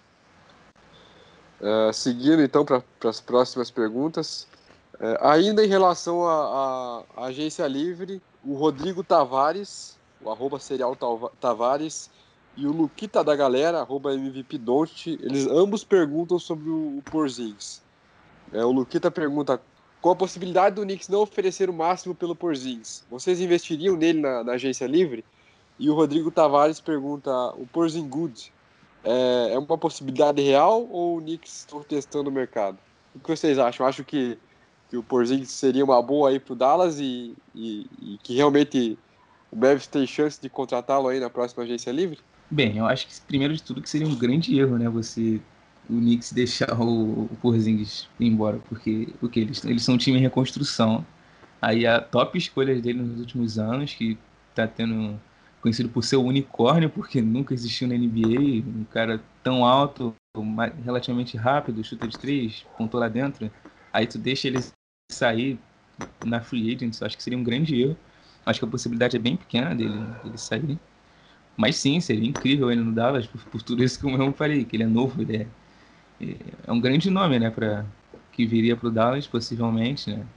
Seguindo então para as próximas perguntas, ainda em relação à agência livre, o Rodrigo Tavares, o @serial Tavares, e o Luquita da galera, @MVP Don't, eles ambos perguntam sobre o Porzingis. O Luquita pergunta: qual a possibilidade do Knicks não oferecer o máximo pelo Porzingis? Vocês investiriam nele na agência livre? E o Rodrigo Tavares pergunta: o Porzingis é uma possibilidade real ou o Knicks está testando o mercado? O que vocês acham? Acho que o Porzingis seria uma boa aí para o Dallas e que realmente o Mavs tem chance de contratá-lo aí na próxima agência livre? Bem, eu acho que primeiro de tudo que seria um grande erro, né, o Knicks deixar o Porzingis ir embora, porque eles são um time em reconstrução. Aí a top escolha dele nos últimos anos, que tá tendo conhecido por ser o unicórnio, porque nunca existiu na NBA, um cara tão alto, relativamente rápido, chuta de três, pontou lá dentro. Aí tu deixa ele sair na free agent, acho que seria um grande erro. Acho que a possibilidade é bem pequena dele sair. Mas sim, seria incrível ele no Dallas, por tudo isso que eu mesmo falei, que ele é novo, é um grande nome, né, que viria pro Dallas, possivelmente, né.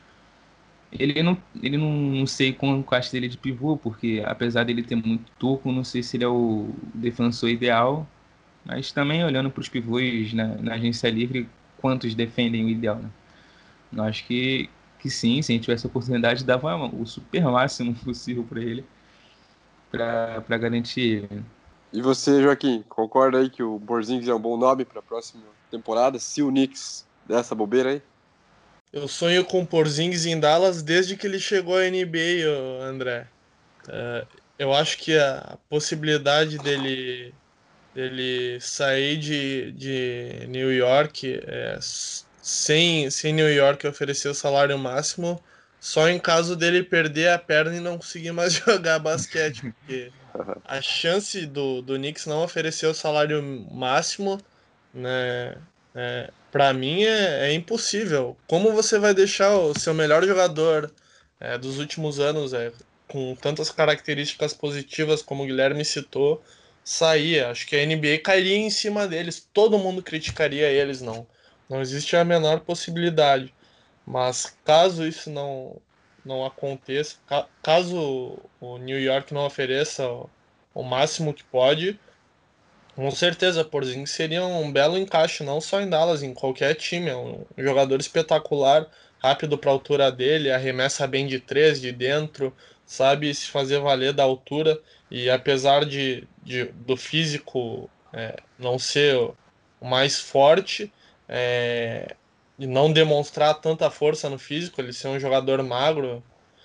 Ele não sei qual acho dele de pivô, porque apesar dele ter muito toco, não sei se ele é o defensor ideal, mas também olhando para os pivôs na agência livre, quantos defendem o ideal, né? Eu acho que sim, se a gente tivesse a oportunidade, dava o super máximo possível para ele, para garantir ele. E você, Joaquim, concorda aí que o Porzingis é um bom nome para a próxima temporada, se o Knicks der essa bobeira aí? Eu sonho com o Porzingis em Dallas desde que ele chegou à NBA, André. Eu acho que a possibilidade dele sair de New York sem New York oferecer o salário máximo só em caso dele perder a perna e não conseguir mais jogar basquete, porque a chance do Knicks não oferecer o salário máximo, né, para mim é impossível. Como você vai deixar o seu melhor jogador dos últimos anos, com tantas características positivas como o Guilherme citou, sair? Acho que a NBA cairia em cima deles, todo mundo criticaria eles, não existe a menor possibilidade. Mas caso isso não aconteça, caso o New York não ofereça o máximo que pode, com certeza, Porzingis seria um belo encaixe, não só em Dallas, em qualquer time. É um jogador espetacular, rápido para a altura dele, arremessa bem de três, de dentro, sabe se fazer valer da altura. E apesar do físico não ser o mais forte, e não demonstrar tanta força no físico, ele ser um jogador magro,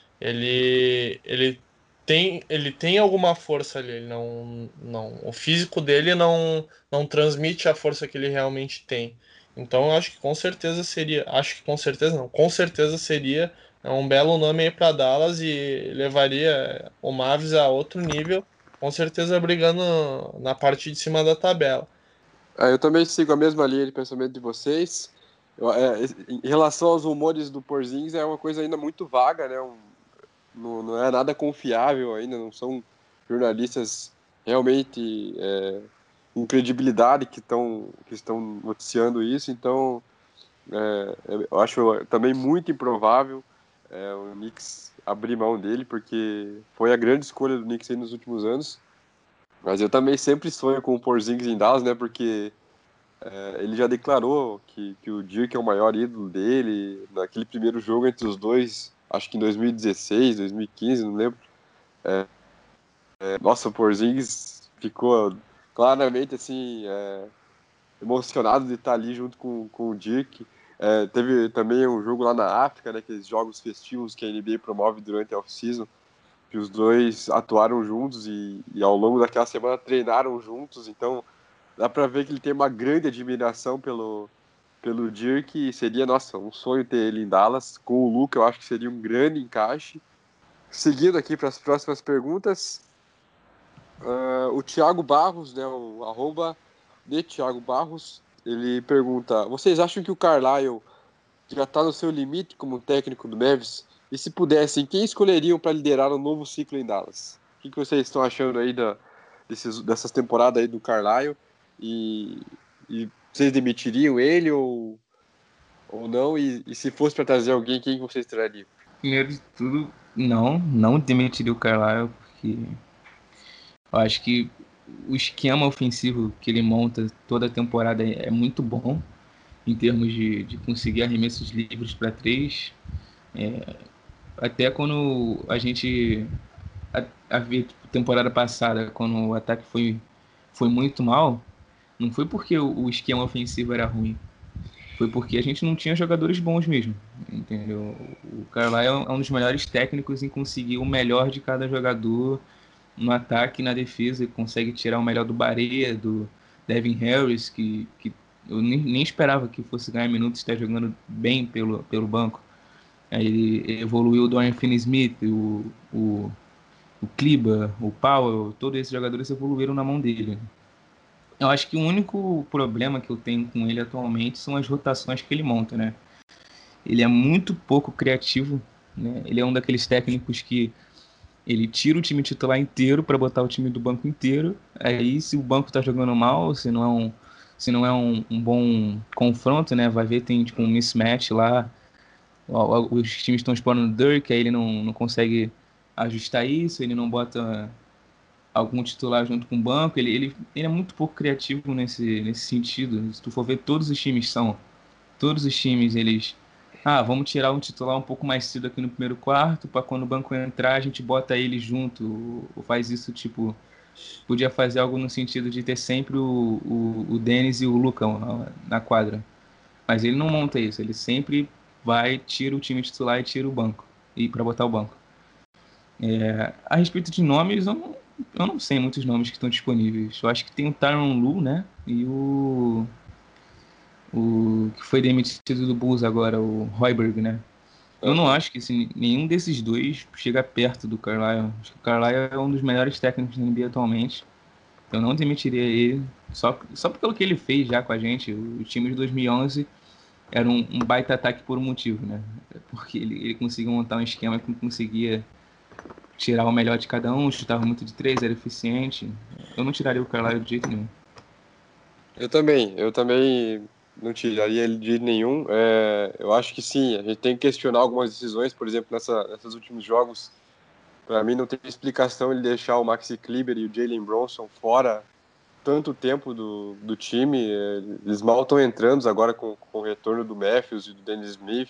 ele tem alguma força ali, ele o físico dele não transmite a força que ele realmente tem. Então eu acho que com certeza seria, acho que com certeza não, com certeza seria um belo nome aí para Dallas e levaria o Mavs a outro nível, com certeza brigando na parte de cima da tabela. Eu também sigo a mesma linha de pensamento de vocês. Em relação aos rumores do Porzingis, é uma coisa ainda muito vaga, né? Não é nada confiável ainda, não são jornalistas realmente com credibilidade que estão noticiando isso, então eu acho também muito improvável o Knicks abrir mão dele, porque foi a grande escolha do Knicks aí nos últimos anos. Mas eu também sempre sonho com o Porzingis em Dallas, né? Porque ele já declarou que o Dirk é o maior ídolo dele. Naquele primeiro jogo entre os dois, acho que em 2016, 2015, não lembro. Nossa, o Porzingis ficou claramente assim emocionado de estar ali junto com o Dirk. Teve também um jogo lá na África, né? Aqueles jogos festivos que a NBA promove durante a off-season, que os dois atuaram juntos e ao longo daquela semana treinaram juntos, então dá pra ver que ele tem uma grande admiração pelo Dirk, e seria, nossa, um sonho ter ele em Dallas. Com o Luka eu acho que seria um grande encaixe. Seguindo aqui para as próximas perguntas, o Thiago Barros, né, o arroba de Thiago Barros, ele pergunta: vocês acham que o Carlisle já está no seu limite como técnico do Mavs? E se pudessem, quem escolheriam para liderar um novo ciclo em Dallas? O que vocês estão achando aí dessas temporadas aí do Carlisle? E vocês demitiriam ele ou não? E se fosse para trazer alguém, quem vocês trariam? Primeiro de tudo, não demitiria o Carlisle, porque eu acho que o esquema ofensivo que ele monta toda a temporada é muito bom, em termos de conseguir arremessos livres para três. Até quando a gente, a temporada passada, quando o ataque foi muito mal, não foi porque o esquema ofensivo era ruim, foi porque a gente não tinha jogadores bons mesmo, entendeu? O Carlisle é um dos melhores técnicos em conseguir o melhor de cada jogador no ataque e na defesa, e consegue tirar o melhor do Barea, do Devin Harris, que eu nem esperava que fosse ganhar minutos, está jogando bem pelo banco. Aí ele evoluiu o Dorian Finney-Smith, o Kleber, o Powell, todos esses jogadores evoluíram na mão dele. Eu acho que o único problema que eu tenho com ele atualmente são as rotações que ele monta, né? Ele é muito pouco criativo, né? Ele é um daqueles técnicos que ele tira o time titular inteiro para botar o time do banco inteiro. Aí, se o banco tá jogando mal, se não é um bom confronto, né? Vai ver, tem tipo um mismatch lá. Os times estão explorando o Dirk, aí ele não consegue ajustar isso, ele não bota algum titular junto com o banco. Ele é muito pouco criativo nesse sentido. Se tu for ver, todos os times, eles... vamos tirar um titular um pouco mais cedo aqui no primeiro quarto, para quando o banco entrar, a gente bota ele junto, ou faz isso, tipo... Podia fazer algo no sentido de ter sempre o Dennis e o Luka na quadra. Mas ele não monta isso, ele sempre tira o time titular e tira o banco, e para botar o banco. A respeito de nomes, eu não sei muitos nomes que estão disponíveis. Eu acho que tem o Tyronn Lue, né? E o que foi demitido do Bulls agora, o Hoiberg, né? Eu não acho que nenhum desses dois chega perto do Carlisle. Acho que o Carlisle é um dos melhores técnicos da NBA atualmente. Eu não demitiria ele só pelo que ele fez já com a gente. O time de 2011 era um baita ataque por um motivo, né? Porque ele conseguiu montar um esquema que conseguia tirar o melhor de cada um, chutava muito de 3, era eficiente. Eu não tiraria o Carlisle de jeito nenhum. Eu também não tiraria ele de nenhum. Eu acho que sim, a gente tem que questionar algumas decisões, por exemplo, nesses últimos jogos. Para mim não tem explicação ele deixar o Maxi Kleber e o Jalen Bronson fora tanto tempo do time. Eles mal estão entrando agora com o retorno do Matthews e do Dennis Smith.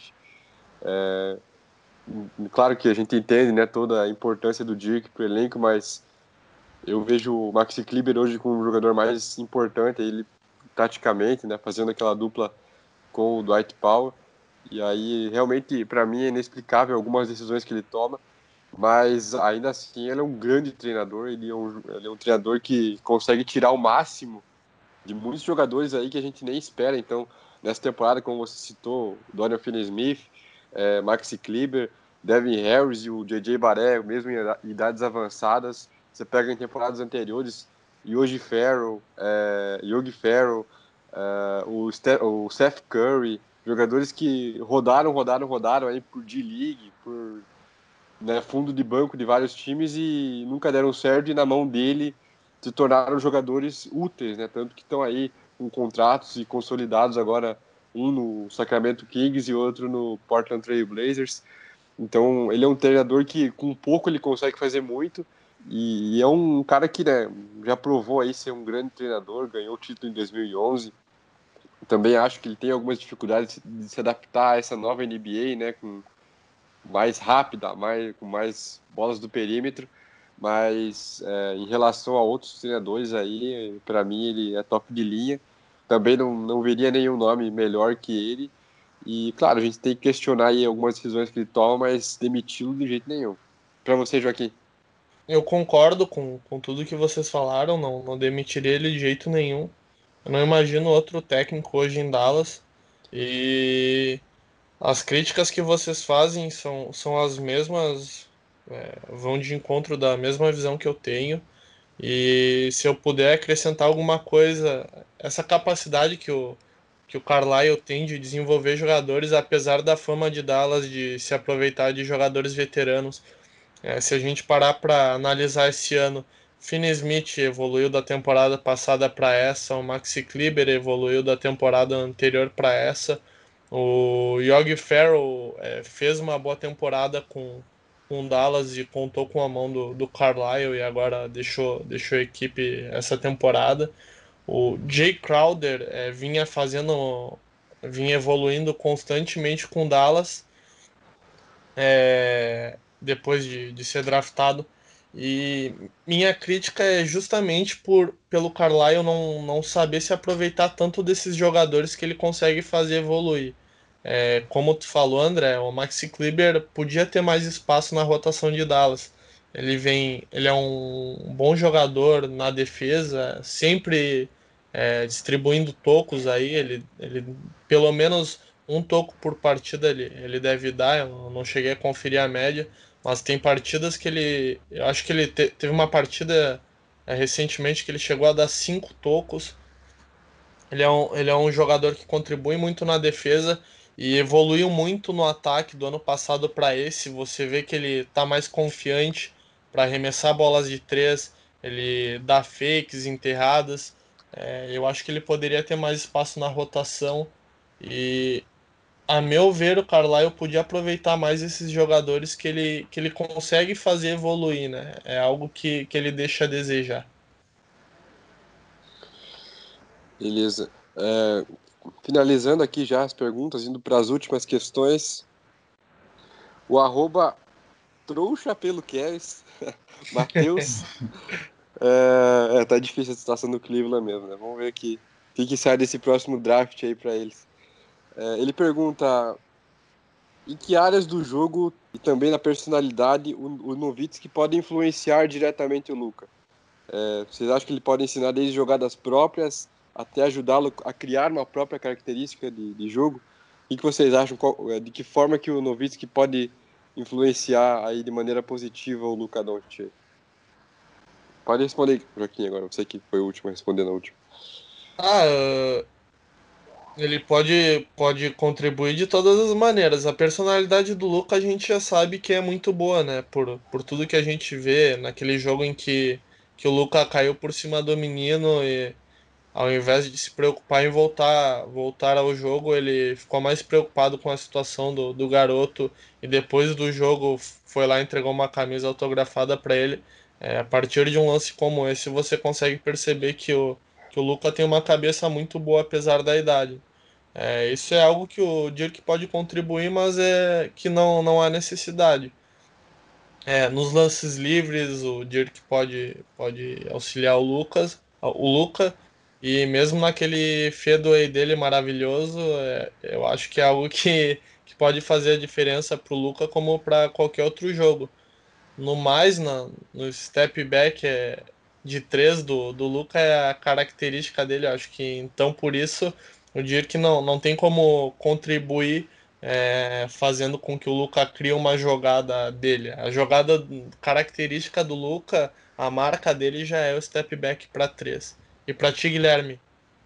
Claro que a gente entende, né, toda a importância do Dirk para o elenco, mas eu vejo o Maxi Kleber hoje como um jogador mais importante, ele taticamente, né, fazendo aquela dupla com o Dwight Powell. E aí, realmente, para mim, é inexplicável algumas decisões que ele toma, mas ainda assim ele é um grande treinador, ele é um treinador que consegue tirar o máximo de muitos jogadores aí que a gente nem espera. Então, nessa temporada, como você citou, Dorian Finney-Smith, Maxi Kleber, Devin Harris e o J.J. Barrett, mesmo em idades avançadas. Você pega em temporadas anteriores, Yogi Ferrell, o Seth Curry, jogadores que rodaram aí por D-League, por, né, fundo de banco de vários times e nunca deram certo, e na mão dele se tornaram jogadores úteis, né? Tanto que estão aí com contratos e consolidados agora, um no Sacramento Kings e outro no Portland Trail Blazers. Então ele é um treinador que com pouco ele consegue fazer muito, e é um cara que, né, já provou aí ser um grande treinador, ganhou o título em 2011. Também acho que ele tem algumas dificuldades de se adaptar a essa nova NBA, né, com mais rápida, com mais bolas do perímetro, mas em relação a outros treinadores aí, para mim ele é top de linha. Também não veria nenhum nome melhor que ele. E, claro, a gente tem que questionar aí algumas decisões que ele toma, mas demiti-lo de jeito nenhum. Para você, Joaquim? Eu concordo com tudo que vocês falaram, não demitiria ele de jeito nenhum. Eu não imagino outro técnico hoje em Dallas. E as críticas que vocês fazem são as mesmas, vão de encontro da mesma visão que eu tenho. E se eu puder acrescentar alguma coisa, essa capacidade que o Carlisle tem de desenvolver jogadores, apesar da fama de Dallas de se aproveitar de jogadores veteranos. Se a gente parar para analisar esse ano, Finney-Smith evoluiu da temporada passada para essa, o Maxi Kleber evoluiu da temporada anterior para essa, o Yogi Ferrell fez uma boa temporada com Dallas e contou com a mão do Carlisle e agora deixou a equipe essa temporada. O Jay Crowder vinha evoluindo constantemente com Dallas, depois de ser draftado. E minha crítica é justamente pelo Carlisle não saber se aproveitar tanto desses jogadores que ele consegue fazer evoluir. Como tu falou, André, o Maxi Kleber podia ter mais espaço na rotação de Dallas. Ele é um bom jogador na defesa, sempre distribuindo tocos aí. Ele pelo menos um toco por partida ele deve dar. Eu não cheguei a conferir a média, mas tem partidas que eu acho que ele teve uma partida recentemente que ele chegou a dar 5 tocos. Ele é um jogador que contribui muito na defesa e evoluiu muito no ataque do ano passado para esse. Você vê que ele está mais confiante para arremessar bolas de 3, ele dá fakes, enterradas. Eu acho que ele poderia ter mais espaço na rotação e, a meu ver, o Carlisle podia aproveitar mais esses jogadores que ele consegue fazer evoluir, né? É algo que ele deixa a desejar. Beleza. Finalizando aqui já as perguntas, indo para as últimas questões. O @ trouxa pelo Kevs, Matheus. Tá difícil a situação do Cleveland mesmo, né? Vamos ver aqui o que sai desse próximo draft aí para eles. Ele pergunta: em que áreas do jogo e também na personalidade o Nowitzki pode influenciar diretamente o Luka? Vocês acham que ele pode ensinar desde jogadas próprias até ajudá-lo a criar uma própria característica de jogo? que vocês acham? De que forma que o Nowitzki pode influenciar aí de maneira positiva o Luka Doncic? Pode responder, Joaquim, agora. Você que foi o último a responder na última. Ele pode contribuir de todas as maneiras. A personalidade do Luka a gente já sabe que é muito boa, né? Por tudo que a gente vê naquele jogo em que o Luka caiu por cima do menino e ao invés de se preocupar em voltar ao jogo, ele ficou mais preocupado com a situação do garoto e depois do jogo foi lá e entregou uma camisa autografada para ele. A partir de um lance como esse, você consegue perceber que o Luka tem uma cabeça muito boa apesar da idade. Isso é algo que o Dirk pode contribuir, mas é que não há necessidade. Nos lances livres, o Dirk pode auxiliar o Luka, e mesmo naquele fadeaway dele maravilhoso, eu acho que é algo que pode fazer a diferença para o Luka como para qualquer outro jogo. No mais, no step back de 3 do Luka é a característica dele, eu acho que então por isso o Dirk não tem como contribuir fazendo com que o Luka crie uma jogada dele. A jogada característica do Luka, a marca dele já é o step back para 3. E para ti, Guilherme?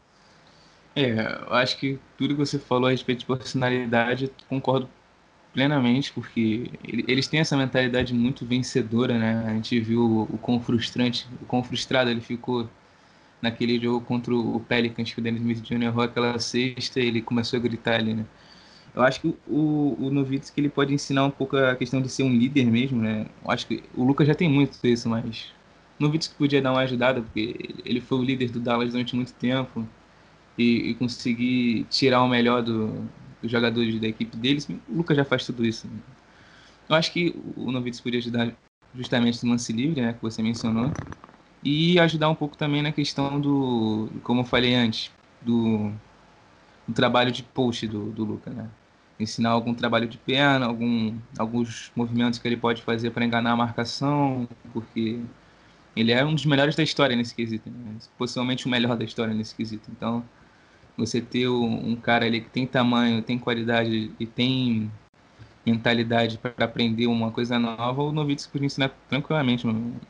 Eu acho que tudo que você falou a respeito de personalidade, concordo plenamente, porque eles têm essa mentalidade muito vencedora, né? A gente viu o quão frustrado ele ficou naquele jogo contra o Pelicans, que o Dennis Smith Jr. errou aquela cesta e ele começou a gritar ali, né? Eu acho que o Nowitzki ele pode ensinar um pouco a questão de ser um líder mesmo, né? Eu acho que o Luka já tem muito isso, mas o Nowitzki podia dar uma ajudada, porque ele foi o líder do Dallas durante muito tempo e conseguir tirar o melhor dos jogadores da equipe deles. O Luka já faz tudo isso, né? Eu acho que o Nowitzki podia ajudar justamente no lance livre, né, que você mencionou, e ajudar um pouco também na questão como eu falei antes, do trabalho de post do Luka, né? Ensinar algum trabalho de perna, alguns movimentos que ele pode fazer para enganar a marcação, porque ele é um dos melhores da história nesse quesito, né? Possivelmente o melhor da história nesse quesito. Então, você ter um cara ali que tem tamanho, tem qualidade e tem mentalidade para aprender uma coisa nova, o Nowitzki podia ensinar tranquilamente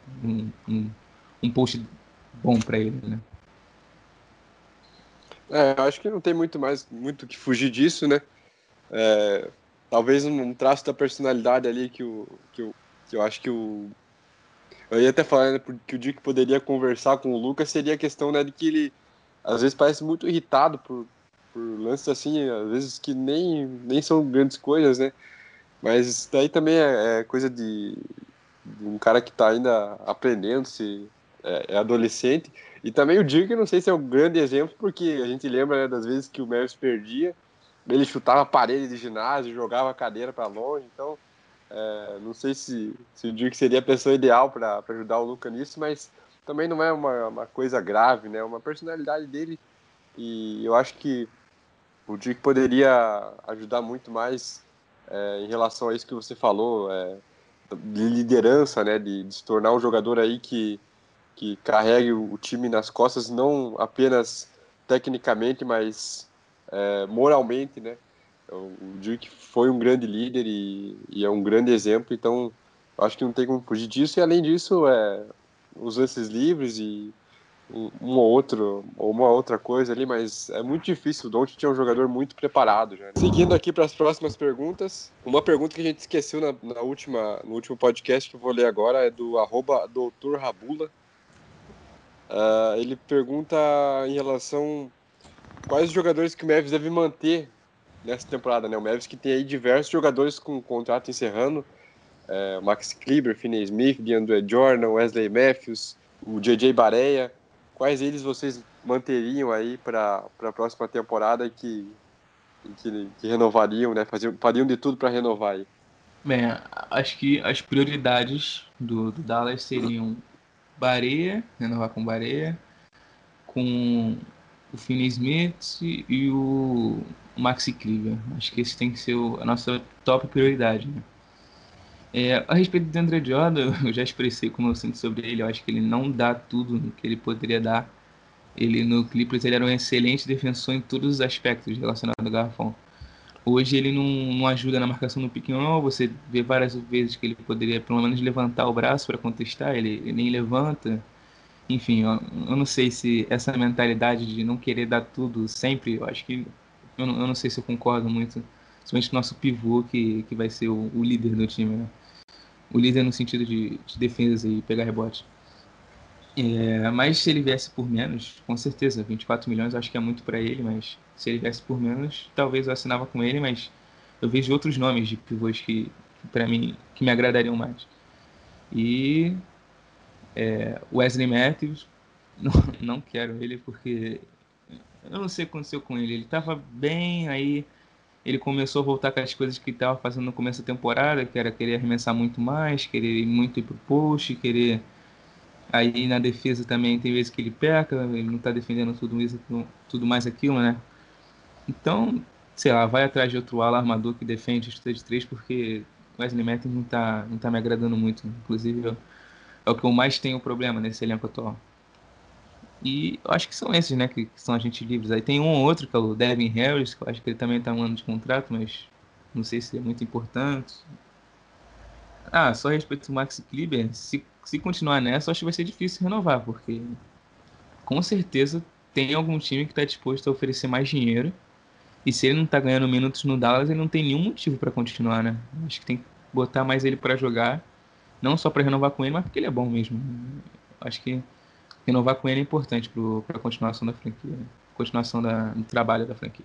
um post bom para ele, né? Eu acho que não tem muito que fugir disso, né? Talvez um traço da personalidade ali que eu acho que eu ia até falar, né, que o Dirk poderia conversar com o Lucas seria a questão, né, de que ele às vezes parece muito irritado por lances assim, às vezes que nem são grandes coisas, né? Mas isso daí também é coisa de um cara que está ainda aprendendo, é adolescente. E também o Dirk, não sei se é um grande exemplo, porque a gente lembra, né, das vezes que o Mavs perdia, ele chutava a parede de ginásio, jogava a cadeira para longe. Então, não sei se o Dirk seria a pessoa ideal para ajudar o Luka nisso, mas também não é uma coisa grave, né? É uma personalidade dele. E eu acho que o Dirk poderia ajudar muito mais em relação a isso que você falou, de liderança, né? De se tornar um jogador aí que carregue o time nas costas, não apenas tecnicamente, mas moralmente, né? O Dirk foi um grande líder e é um grande exemplo, então acho que não tem como fugir disso. E além disso, os lances livres e uma outra coisa ali, mas é muito difícil. O Doncic é um jogador muito preparado já, né? Seguindo aqui para as próximas perguntas, uma pergunta que a gente esqueceu no último podcast que eu vou ler agora é do @doutorrabula. Ele pergunta em relação quais jogadores que o Mavs deve manter nessa temporada, né? O Mavs que tem aí diversos jogadores com contrato encerrando, Max Kleber, Finney Smith, DeAndre Jordan, Wesley Matthews, o JJ Barea. Quais eles vocês manteriam aí para a próxima temporada e que renovariam, né? Fariam de tudo para renovar aí? Bem, acho que as prioridades do Dallas seriam Barea, renovar com Barea, com o Finney Smith e o Maxi Kleber. Acho que esse tem que ser a nossa top prioridade, né? A respeito do DeAndre Jordan, eu já expressei como eu sinto sobre ele. Eu acho que ele não dá tudo que ele poderia dar. Ele no Clippers ele era um excelente defensor em todos os aspectos relacionados ao garrafão. Hoje ele não ajuda na marcação no pick and roll, você vê várias vezes que ele poderia pelo menos levantar o braço para contestar, ele nem levanta. Enfim, eu não sei se essa mentalidade de não querer dar tudo sempre, eu acho que eu não sei se eu concordo muito, principalmente o nosso pivô que vai ser o líder do time, né? O líder no sentido de defesa e pegar rebote. Mas se ele viesse por menos, com certeza, 24 milhões eu acho que é muito para ele, mas se ele viesse por menos, talvez eu assinava com ele, mas eu vejo outros nomes de pivôs que para mim, que me agradariam mais. E Wesley Matthews, não quero ele porque eu não sei o que aconteceu com ele. Ele tava bem, aí ele começou a voltar com as coisas que estava fazendo no começo da temporada, que era querer arremessar muito mais, querer muito ir pro post, querer. Aí na defesa também tem vezes que ele peca, ele não tá defendendo tudo isso, tudo mais aquilo, né? Então, sei lá, vai atrás de outro ala armador que defende os 3 porque Wesley Matthews não tá me agradando muito. Inclusive, é o que eu mais tenho problema nesse elenco atual. E eu acho que são esses, né, que são agentes livres. Aí tem um ou outro, que é o Devin Harris, que eu acho que ele também tá um ano de contrato, mas não sei se é muito importante. Só a respeito do Maxi Kleber, se continuar nessa, eu acho que vai ser difícil renovar, porque com certeza tem algum time que está disposto a oferecer mais dinheiro. E se ele não tá ganhando minutos no Dallas, ele não tem nenhum motivo para continuar, né? Acho que tem que botar mais ele para jogar, não só para renovar com ele, mas porque ele é bom mesmo. Acho que renovar com ele é importante para a continuação da franquia, né? Continuação do trabalho da franquia.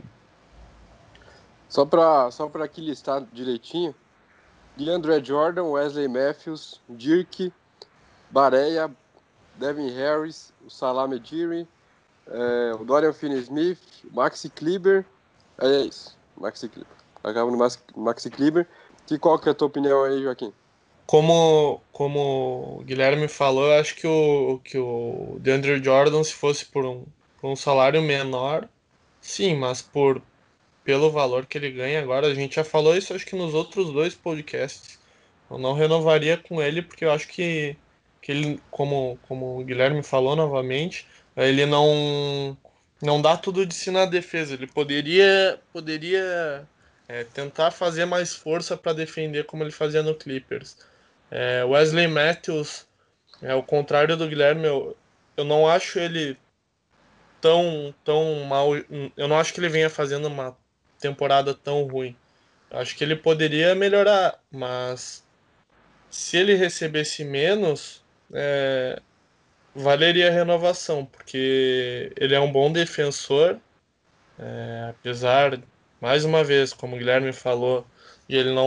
Só pra aqui listar direitinho: DeAndre Jordan, Wesley Matthews, Dirk, Barea, Devin Harris, o Salah Ejiri, o Dorian Finney-Smith, Maxi Kleber. É isso, Maxi Kleber. Acaba no Maxi Kleber. Qual que é a tua opinião aí, Joaquim? Como o Guilherme falou, eu acho que o DeAndre Jordan, se fosse por um salário menor, sim, mas pelo valor que ele ganha agora, a gente já falou isso acho que nos outros 2 podcasts. Eu não renovaria com ele porque eu acho que ele, como o Guilherme falou novamente, ele não dá tudo de si na defesa. Ele poderia tentar fazer mais força para defender como ele fazia no Clippers. Wesley Matthews, ao contrário do Guilherme, eu não acho ele tão mal. Eu não acho que ele venha fazendo uma temporada tão ruim. Eu acho que ele poderia melhorar, mas se ele recebesse menos, valeria a renovação, porque ele é um bom defensor, apesar, mais uma vez, como o Guilherme falou, e ele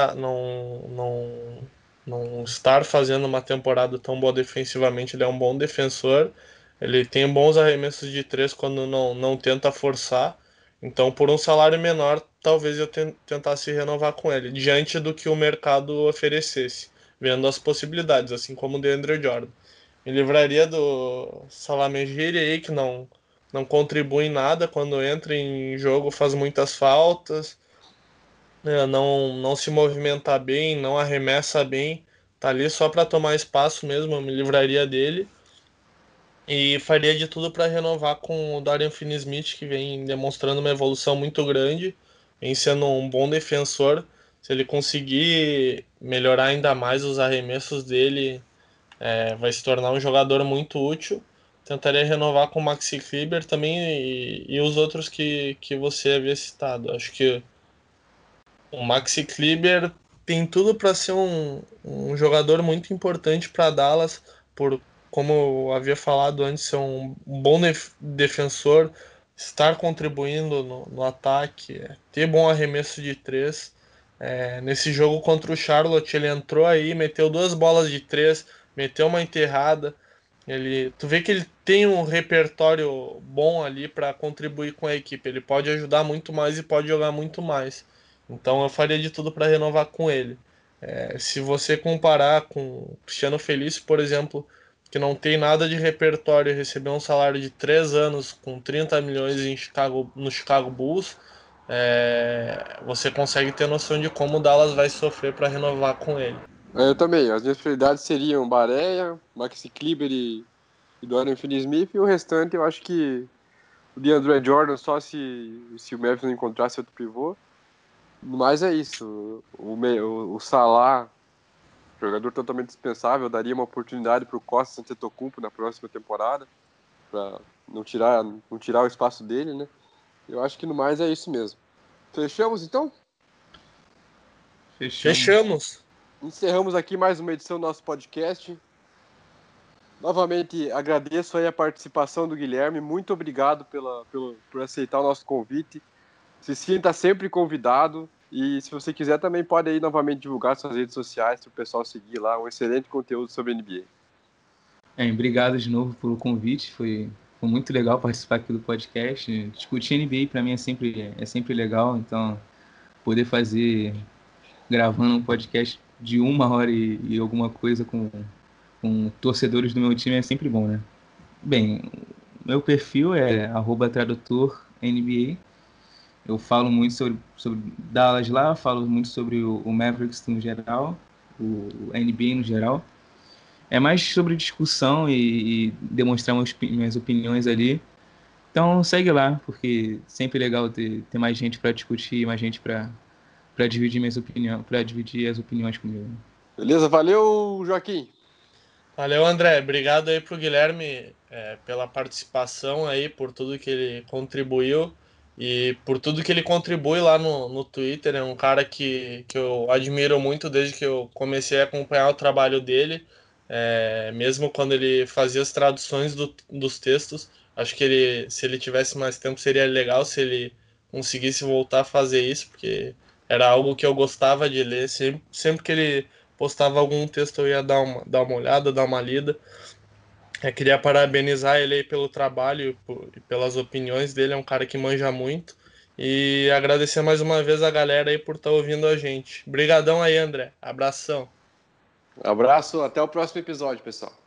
não estar fazendo uma temporada tão boa defensivamente, ele é um bom defensor, ele tem bons arremessos de 3 quando não tenta forçar, então por um salário menor, talvez eu tentasse renovar com ele, diante do que o mercado oferecesse, vendo as possibilidades, assim como o DeAndre Jordan. Me livraria do Salah Ejiri aí, que não contribui em nada quando entra em jogo, faz muitas faltas, não se movimenta bem, não arremessa bem, tá ali só para tomar espaço mesmo, eu me livraria dele e faria de tudo para renovar com o Dorian Finney-Smith, que vem demonstrando uma evolução muito grande, vem sendo um bom defensor. Se ele conseguir melhorar ainda mais os arremessos dele, vai se tornar um jogador muito útil. Tentaria renovar com o Maxi Kleber também e os outros que você havia citado. Acho que o Maxi Kleber tem tudo para ser um jogador muito importante para Dallas, por, como eu havia falado antes, ser um bom defensor, estar contribuindo no ataque, ter bom arremesso de 3. Nesse jogo contra o Charlotte, ele entrou aí, meteu 2 bolas de 3, meteu uma enterrada. Tu vê que ele tem um repertório bom ali para contribuir com a equipe. Ele pode ajudar muito mais e pode jogar muito mais. Então eu faria de tudo para renovar com ele. Se você comparar com o Cristiano Felício, por exemplo, que não tem nada de repertório e recebeu um salário de 3 anos com 30 milhões no Chicago Bulls, você consegue ter noção de como o Dallas vai sofrer para renovar com ele. Eu também. As minhas prioridades seriam Barea, Maxi Kleber e Dorian Finney-Smith, e o restante eu acho que o DeAndre Jordan, só se o Memphis não encontrasse outro pivô. Mas é isso. O Salah, jogador totalmente dispensável, daria uma oportunidade para o Costa Antetokounmpo na próxima temporada, para não tirar o espaço dele, né? Eu acho que no mais é isso mesmo. Fechamos então? Fechamos. Encerramos aqui mais uma edição do nosso podcast. Novamente agradeço aí a participação do Guilherme. Muito obrigado por aceitar o nosso convite. Se sinta sempre convidado. E se você quiser também pode aí novamente divulgar suas redes sociais para o pessoal seguir lá. Um excelente conteúdo sobre NBA. Obrigado de novo pelo convite. Foi muito legal participar aqui do podcast. Discutir NBA para mim é sempre legal. Então, poder fazer, gravando um podcast de 1 hora e alguma coisa com torcedores do meu time é sempre bom, né? Bem, meu perfil é @tradutorNBA. Eu falo muito sobre Dallas lá, falo muito sobre o Mavericks no geral, o NBA no geral. É mais sobre discussão e demonstrar minhas opiniões ali. Então segue lá, porque sempre é legal ter mais gente para discutir, mais gente para dividir minhas opiniões, para dividir as opiniões comigo. Beleza? Valeu, Joaquim. Valeu, André. Obrigado aí pro Guilherme pela participação aí, por tudo que ele contribuiu e por tudo que ele contribui lá no Twitter. É um cara que eu admiro muito desde que eu comecei a acompanhar o trabalho dele, mesmo quando ele fazia as traduções dos textos. Acho que se ele tivesse mais tempo, seria legal se ele conseguisse voltar a fazer isso, porque era algo que eu gostava de ler. Sempre que ele postava algum texto eu ia dar uma olhada, dar uma lida. Queria parabenizar ele aí pelo trabalho e pelas opiniões dele, é um cara que manja muito. E agradecer mais uma vez a galera aí por estar ouvindo a gente. Obrigadão aí, André. Abração. Abraço, até o próximo episódio, pessoal.